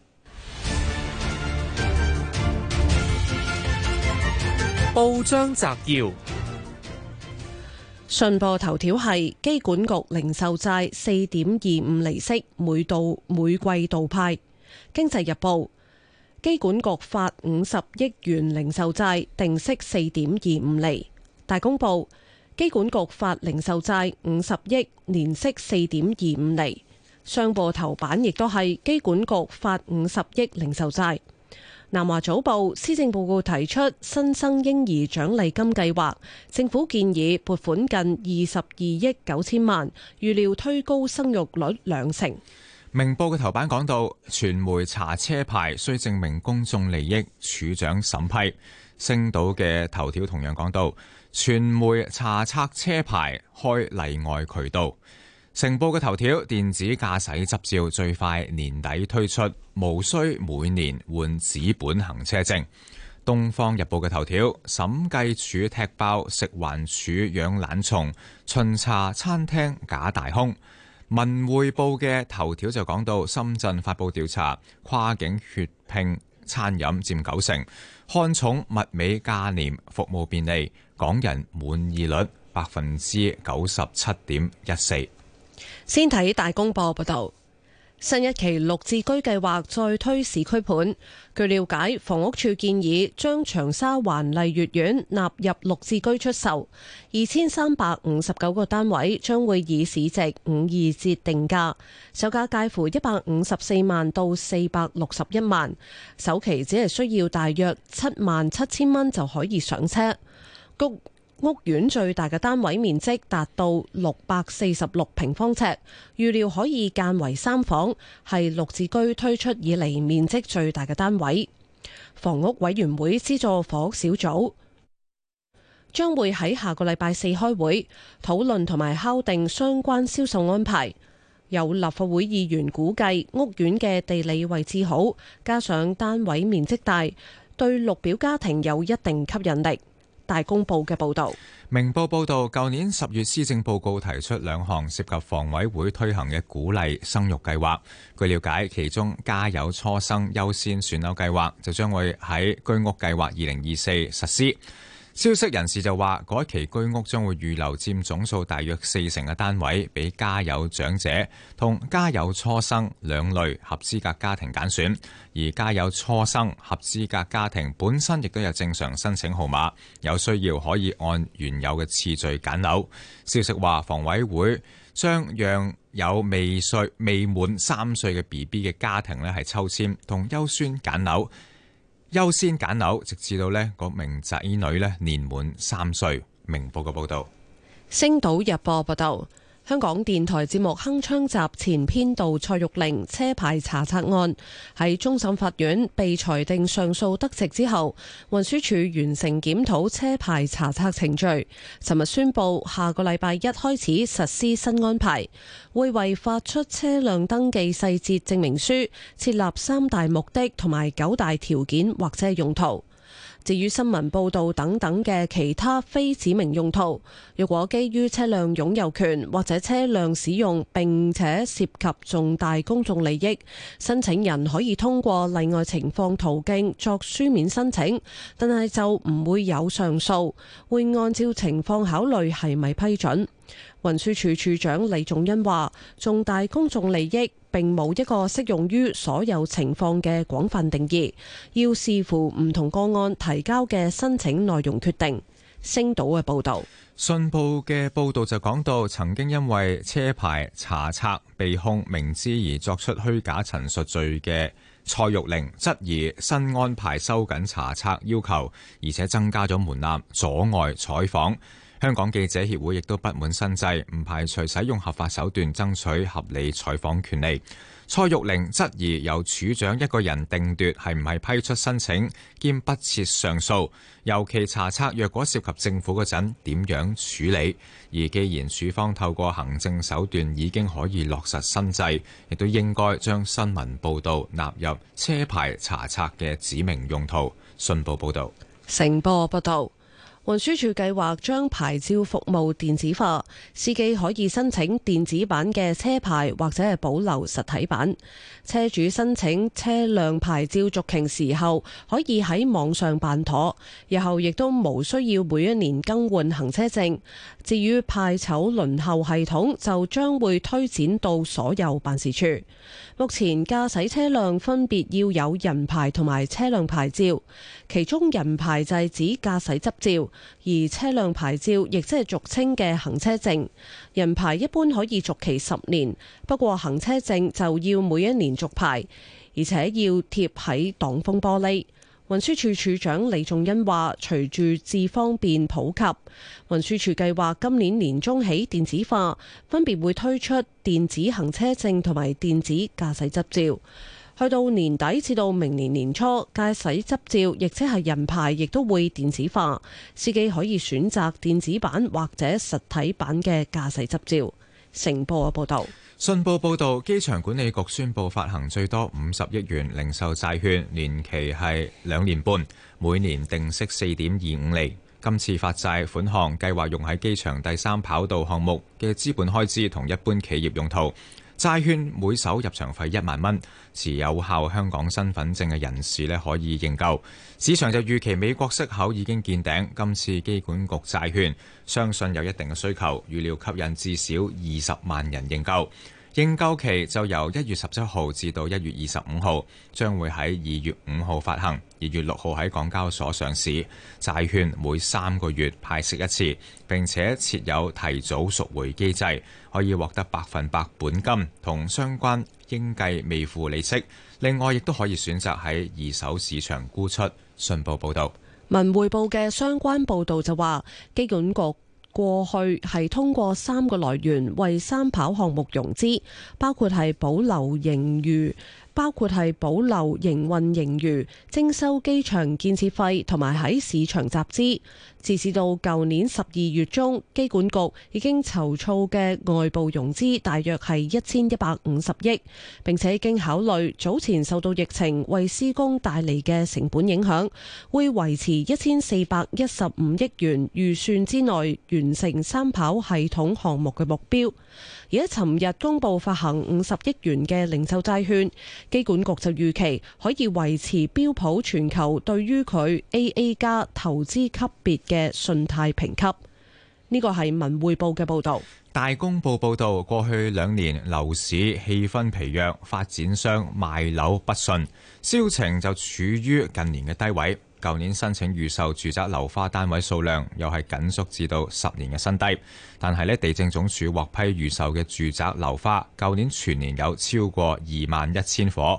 報章摘要： 信報頭條係機管局零售債四點二五厘息，每度每季度派。經濟日報：機管局發五十億元零售債，定息四點二五厘。大公報：機管局發零售債五十億，年息四點二五厘。商報頭版亦都係機管局發五十億零售債。南華早報施政報告提出新生嬰兒獎勵金計劃，政府建議撥款近二十二億九千萬，預料推高生育率兩成。 明報嘅頭版講到，傳媒查車牌需證明公眾利益，處長審批。星島嘅頭條同樣講到，傳媒查冊車牌開例外渠道。成報嘅頭條，電子駕駛執照最快年底推出，無需每年換紙本行車證。東方日報嘅頭條，審計署踢爆食環署養懶蟲，巡查餐廳假大空。文匯報嘅頭條就講到，深圳發布調查，跨境血拼餐飲佔九成，看重物美價廉，服務便利，港人滿意率百分之九十七點一四。 先睇大公報報道，新一期綠置居計劃再推市區盤。據了解，房屋處建議將長沙灣麗月苑納入綠置居出售，二千三百五十九個單位將會以市值五二折定價，售價介乎一百五十四萬到四百六十一萬，首期只係需要大約七萬七千蚊就可以上車。谷屋苑最大嘅單位面積達到六百四十六平方尺，預料可以間為三房，係綠置居推出以嚟面積最大嘅單位。房屋委員會資助房屋小組將會喺下個禮拜四開會討論同埋敲定相關銷售安排。有立法會議員估計，屋苑嘅地理位置好，加上單位面積大，對綠表家庭有一定吸引力。大公報嘅報道， 明報報道，舊年十月施政報告提出兩項涉及房委會推行嘅鼓勵生育計劃。據了解，其中家有初生優先選樓計劃就將會喺居屋計劃二零二四實施。消息人士就話，嗰期居屋將會預留佔總數大約四成嘅單位俾家有長者同家有初生兩類合資格家庭揀選，而家有初生合資格家庭本身亦都有正常申請號碼，有需要可以按原有嘅次序揀樓。消息話，房委會將讓有未歲未滿三歲嘅 B B 嘅家庭咧係抽籤同優先揀樓。優先揀樓，直至到呢個名仔女呢年滿三歲。明報嘅報道， 星島日報報道， 香港電台節目《鏗鏘集》前編導蔡玉玲車牌查冊案喺終審法院被裁定上訴得直之後，運輸署完成檢討車牌查冊程序，尋日宣布下個禮拜一開始實施新安排，會為發出車輛登記細節證明書設立三大目的同埋九大條件或者用途。至於新聞報導等等嘅其他非指明用途，若果基於車輛擁有權或者車輛使用並且涉及重大公眾利益，申請人可以通過例外情況途徑作書面申請，但係就唔會有上訴，會按照情況考慮係咪批准。運輸署署長李仲恩話：重大公眾利益並冇一個適用於所有情況嘅廣泛定義，要視乎唔同個案提交嘅申請內容決定。星島嘅報導， 信報嘅報導就講到，曾經因為車牌查冊被控明知而作出虛假陳述罪嘅蔡玉玲質疑新安排收緊查冊要求，而且增加咗門檻，阻礙採訪。香港記者協會亦都不滿新制，唔排除使用合法手段爭取合理採訪權利。蔡玉玲質疑由處長一個人定奪係唔係批出申請，兼不設上訴，尤其查冊若果涉及政府嗰陣點樣處理。而既然署方透過行政手段已經可以落實新制，亦都應該將新聞報導納入車牌查冊嘅指明用途。信報報導， 成報報導。運輸署計劃將牌照服務電子化，司機可以申請電子版嘅車牌或者係保留實體版。車主申請車輛牌照續期時候，可以喺網上辦妥，日後亦都無需要每一年更換行車證。至於派籌輪候系統，就將會推展到所有辦事處。目前駕駛車輛分別要有人牌同埋車輛牌照，其中人牌就係指駕駛執照，而車輛牌照亦即係俗稱嘅行車證。人牌一般可以續期十年，不過行車證就要每一年續牌，而且要貼喺擋風玻璃。運輸署署長李仲恩話，隨住智方便普及，運輸署計劃今年年中起電子化，分別會推出電子行車證同埋電子駕駛執照。去到年底至到明年年初，駕駛執照亦即係人牌，亦都會電子化，司機可以選擇電子版或者實體版嘅駕駛執照。成報嘅報道。 信報報導，機場管理局宣布發行最多五十億元零售債券，年期係兩年半，每年定息四點二五厘。今次發債款項計劃用喺機場第三跑道項目嘅資本開支同一般企業用途。債券每手入場費一萬蚊，持有效香港身份證嘅人士咧可以認購。市場就預期美國息口已經見頂，今次機管局債券相信有一定嘅需求，預料吸引至少二十萬人認購。認購期就由一月十七號至到一月二十五號，將會喺二月五號發行，二月六號喺港交所上市。債券每三個月派息一次，並且設有提早贖回機制，可以獲得百分百本金同相關應計未付利息。另外，亦都可以選擇喺二手市場沽出。信報報導， 文匯報嘅相關報導就話，機管局過去係通過三個來源為三跑項目融資，包括係保留盈餘，包括係保留營運盈餘、徵收機場建設費同埋喺市場集資。截至到舊年十二月中，機管局已經籌措嘅外部融資大約係一千一百五十億，並且已經考慮早前受到疫情為施工帶嚟嘅成本影響，會維持一千四百一十五億元預算之內完成三跑系統項目嘅目標。而喺尋日公布發行五十億元嘅零售債券，機管局就預期可以維持標普全球對於佢 A A 加投資級別嘅信貸評級。呢個係文匯報嘅報導。 大公報報導，過去兩年樓市氣氛疲弱，發展商賣樓不順，銷情就處於近年嘅低位。舊年申請預售住宅樓花單位數量又係緊縮至到十年嘅新低，但係呢，地政總署獲批預售嘅住宅樓花，舊年全年有超過二萬一千伙，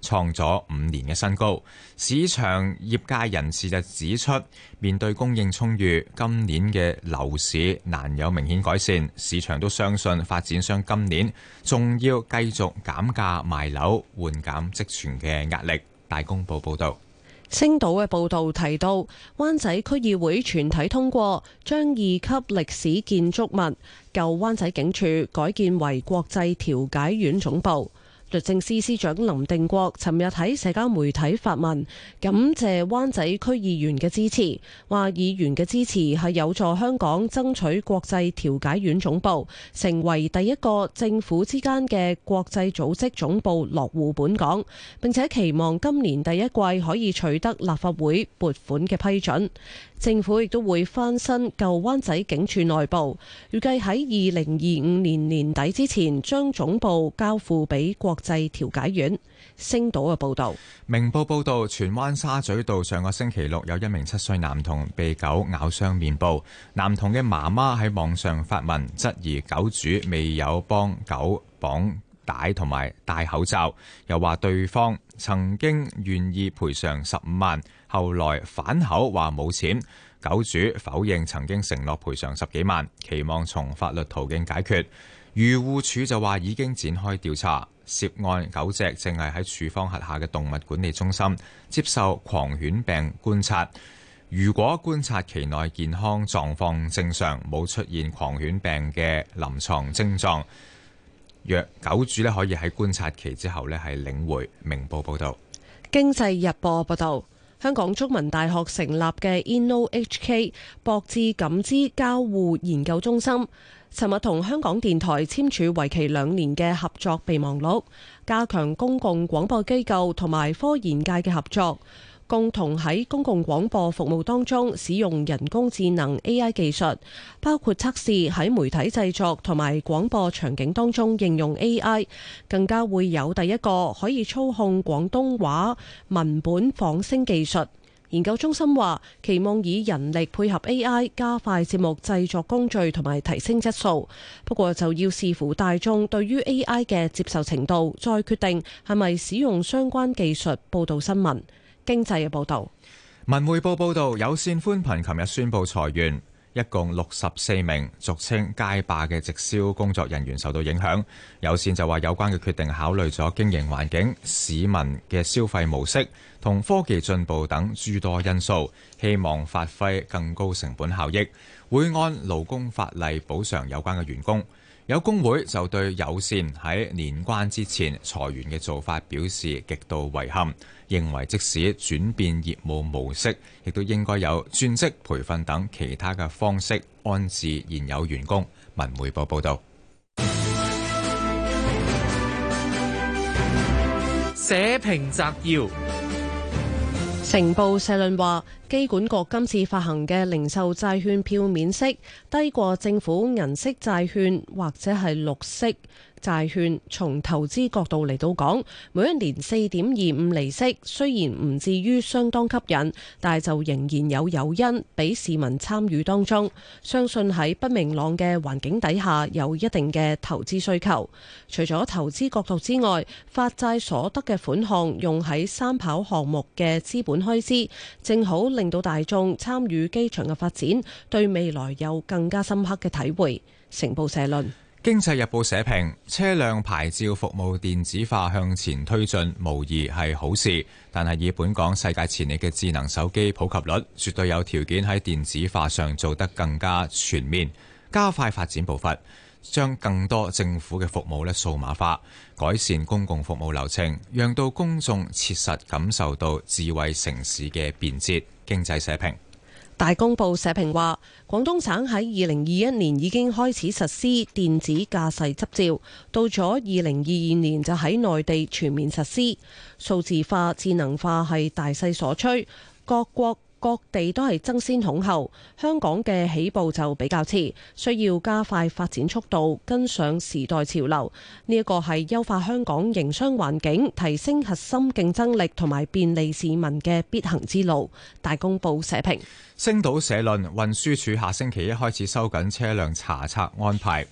創咗五年嘅新高。市場業界人士就指出，面對供應充裕，今年嘅樓市難有明顯改善。市場都相信發展商今年仲要繼續減價賣樓，緩減積存嘅壓力。大公報報導。 星島嘅報導提到，灣仔區議會全體通過將二級歷史建築物舊灣仔警署改建為國際調解院總部。律政司司長林定國尋日喺社交媒體發文，感謝灣仔區議員嘅支持，話議員嘅支持係有助香港爭取國際調解院總部成為第一個政府之間嘅國際組織總部落戶本港，並且期望今年第一季可以取得立法會撥款嘅批准。政府亦都會翻新舊灣仔警署內部，預計喺二零二五年年底之前將總部交付俾國際調解院。星島嘅報導。 明報報導，荃灣沙咀道上個星期六有一名七歲男童被狗咬傷面部，男童嘅媽媽喺網上發文質疑狗主未有幫狗綁帶同埋戴口罩，又話對方曾經願意賠償十五萬，後來反口話冇錢。狗主否認曾經承諾賠償十幾萬，期望從法律途徑解決。漁護署就話已經展開調查，涉案狗隻正係喺署方轄下嘅動物管理中心接受狂犬病觀察。如果觀察期內健康狀況正常，冇出現狂犬病嘅臨床症狀，若狗主咧可以喺觀察期之後咧係領回。明報報道。 經濟日報報道，香港中文大學成立嘅 InnoHK 博智感知交互研究中心，尋日同香港電台簽署為期兩年嘅合作備忘錄，加強公共廣播機構同埋科研界嘅合作，共同喺公共廣播服務當中使用人工智能 A I 技術，包括測試喺媒體製作同埋廣播場景當中應用 A I， 更加會有第一個可以操控廣東話文本仿聲技術。研究中心話，期望以人力配合 A I， 加快節目製作工序同埋提升質素。不過就要視乎大眾對於 A I 嘅接受程度，再決定係咪使用相關技術報導新聞。經濟嘅報導。 文匯報報導，有線寬頻琴日宣布裁員，一共六十四名俗稱街霸嘅直銷工作人員受到影響。有線就話有關嘅決定考慮咗經營環境、市民嘅消費模式同科技進步等諸多因素，希望發揮更高成本效益，會按勞工法例補償有關嘅員工。有工會就對有線喺年關之前裁員嘅做法表示極度遺憾，認為即使轉變業務模式，亦都應該有轉職培訓等其他嘅方式安置現有員工。文匯報報道。 社評摘要。 成報社論話，機管局今次發行嘅零售債券票面息低過政府銀色債券或者係綠色債券。從投資角度嚟到講，每一年四點二五厘息，雖然唔至於相當吸引，但係就仍然有誘因俾市民參與當中。相信喺不明朗嘅環境底下，有一定嘅投資需求。除咗投資角度之外，發債所得嘅款項用喺三跑項目嘅資本開支，正好令到大眾參與機場嘅發展，對未來有更加深刻嘅體會。成報社論。 經濟日報社評，車輛牌照服務電子化向前推進，無疑係好事。但係以本港世界前列嘅智能手機普及率，絕對有條件喺電子化上做得更加全面，加快發展步伐，將更多政府嘅服務咧數碼化，改善公共服務流程，讓到公眾切實感受到智慧城市嘅便捷。經濟社評。 大公報社評話，廣東省喺二零二一年已經開始實施電子駕駛執照，到咗二零二二年就喺內地全面實施。數字化、智能化係大勢所趨，各國各地都係爭先恐後，香港嘅起步就比較遲，需要加快發展速度，跟上時代潮流。呢一個係優化香港營商環境、提升核心競爭力同埋便利市民嘅必行之路。大公報社評。 星島社論，運輸署下星期一開始收緊車輛查冊安排。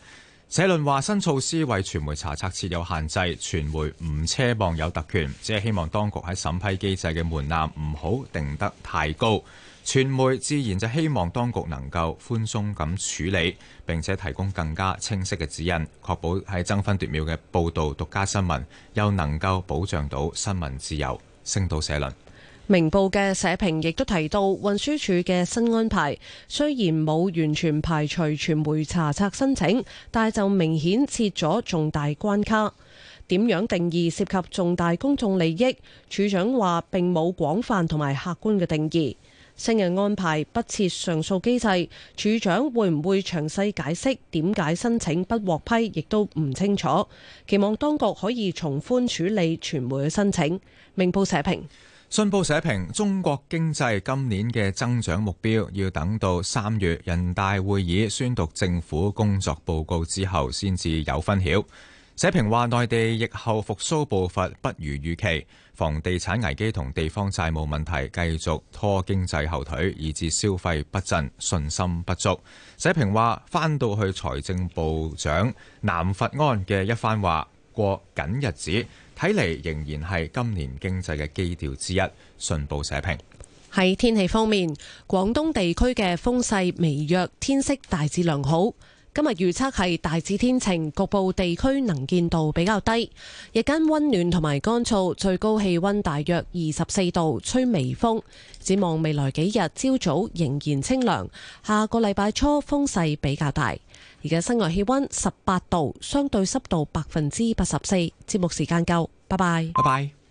社論話新措施為傳媒查冊設有限制，傳媒唔奢望有特權，只係希望當局喺審批機制嘅門檻唔好定得太高。傳媒自然就希望當局能夠寬鬆咁處理，並且提供更加清晰嘅指引，確保喺爭分奪秒嘅報導獨家新聞，又能夠保障到新聞自由。星島社論。 明報嘅社評亦都提到，運輸署嘅新安排雖然冇完全排除傳媒查冊申請，但係就明顯設咗重大關卡。點樣定義涉及重大公眾利益？署長話並冇廣泛同埋客觀嘅定義。新嘅安排不設上訴機制，署長會唔會詳細解釋點解申請不獲批，亦都唔清楚。期望當局可以從寬處理傳媒嘅申請。明報社評。 信報社評，中國經濟今年嘅增長目標要等到三月人大會議宣讀政府工作報告之後先至有分曉。社評話，內地疫後復甦步伐不如預期，房地產危機同地方債務問題繼續拖經濟後腿，以致消費不振、信心不足。社評話，翻到去財政部長南佛安嘅一番話，過緊日子睇嚟仍然係今年經濟嘅基調之一。信報社評。 喺天氣方面，廣東地區嘅風勢微弱，天色大致良好。今日預測係大致天晴，局部地區能見度比較低。日間溫暖同埋乾燥，最高氣溫大約二十四度，吹微風。展望未來幾日，朝早仍然清涼。下個禮拜初風勢比較大。而家室外氣溫十八度，相對濕度百分之八十四。節目時間夠，拜拜。 拜拜。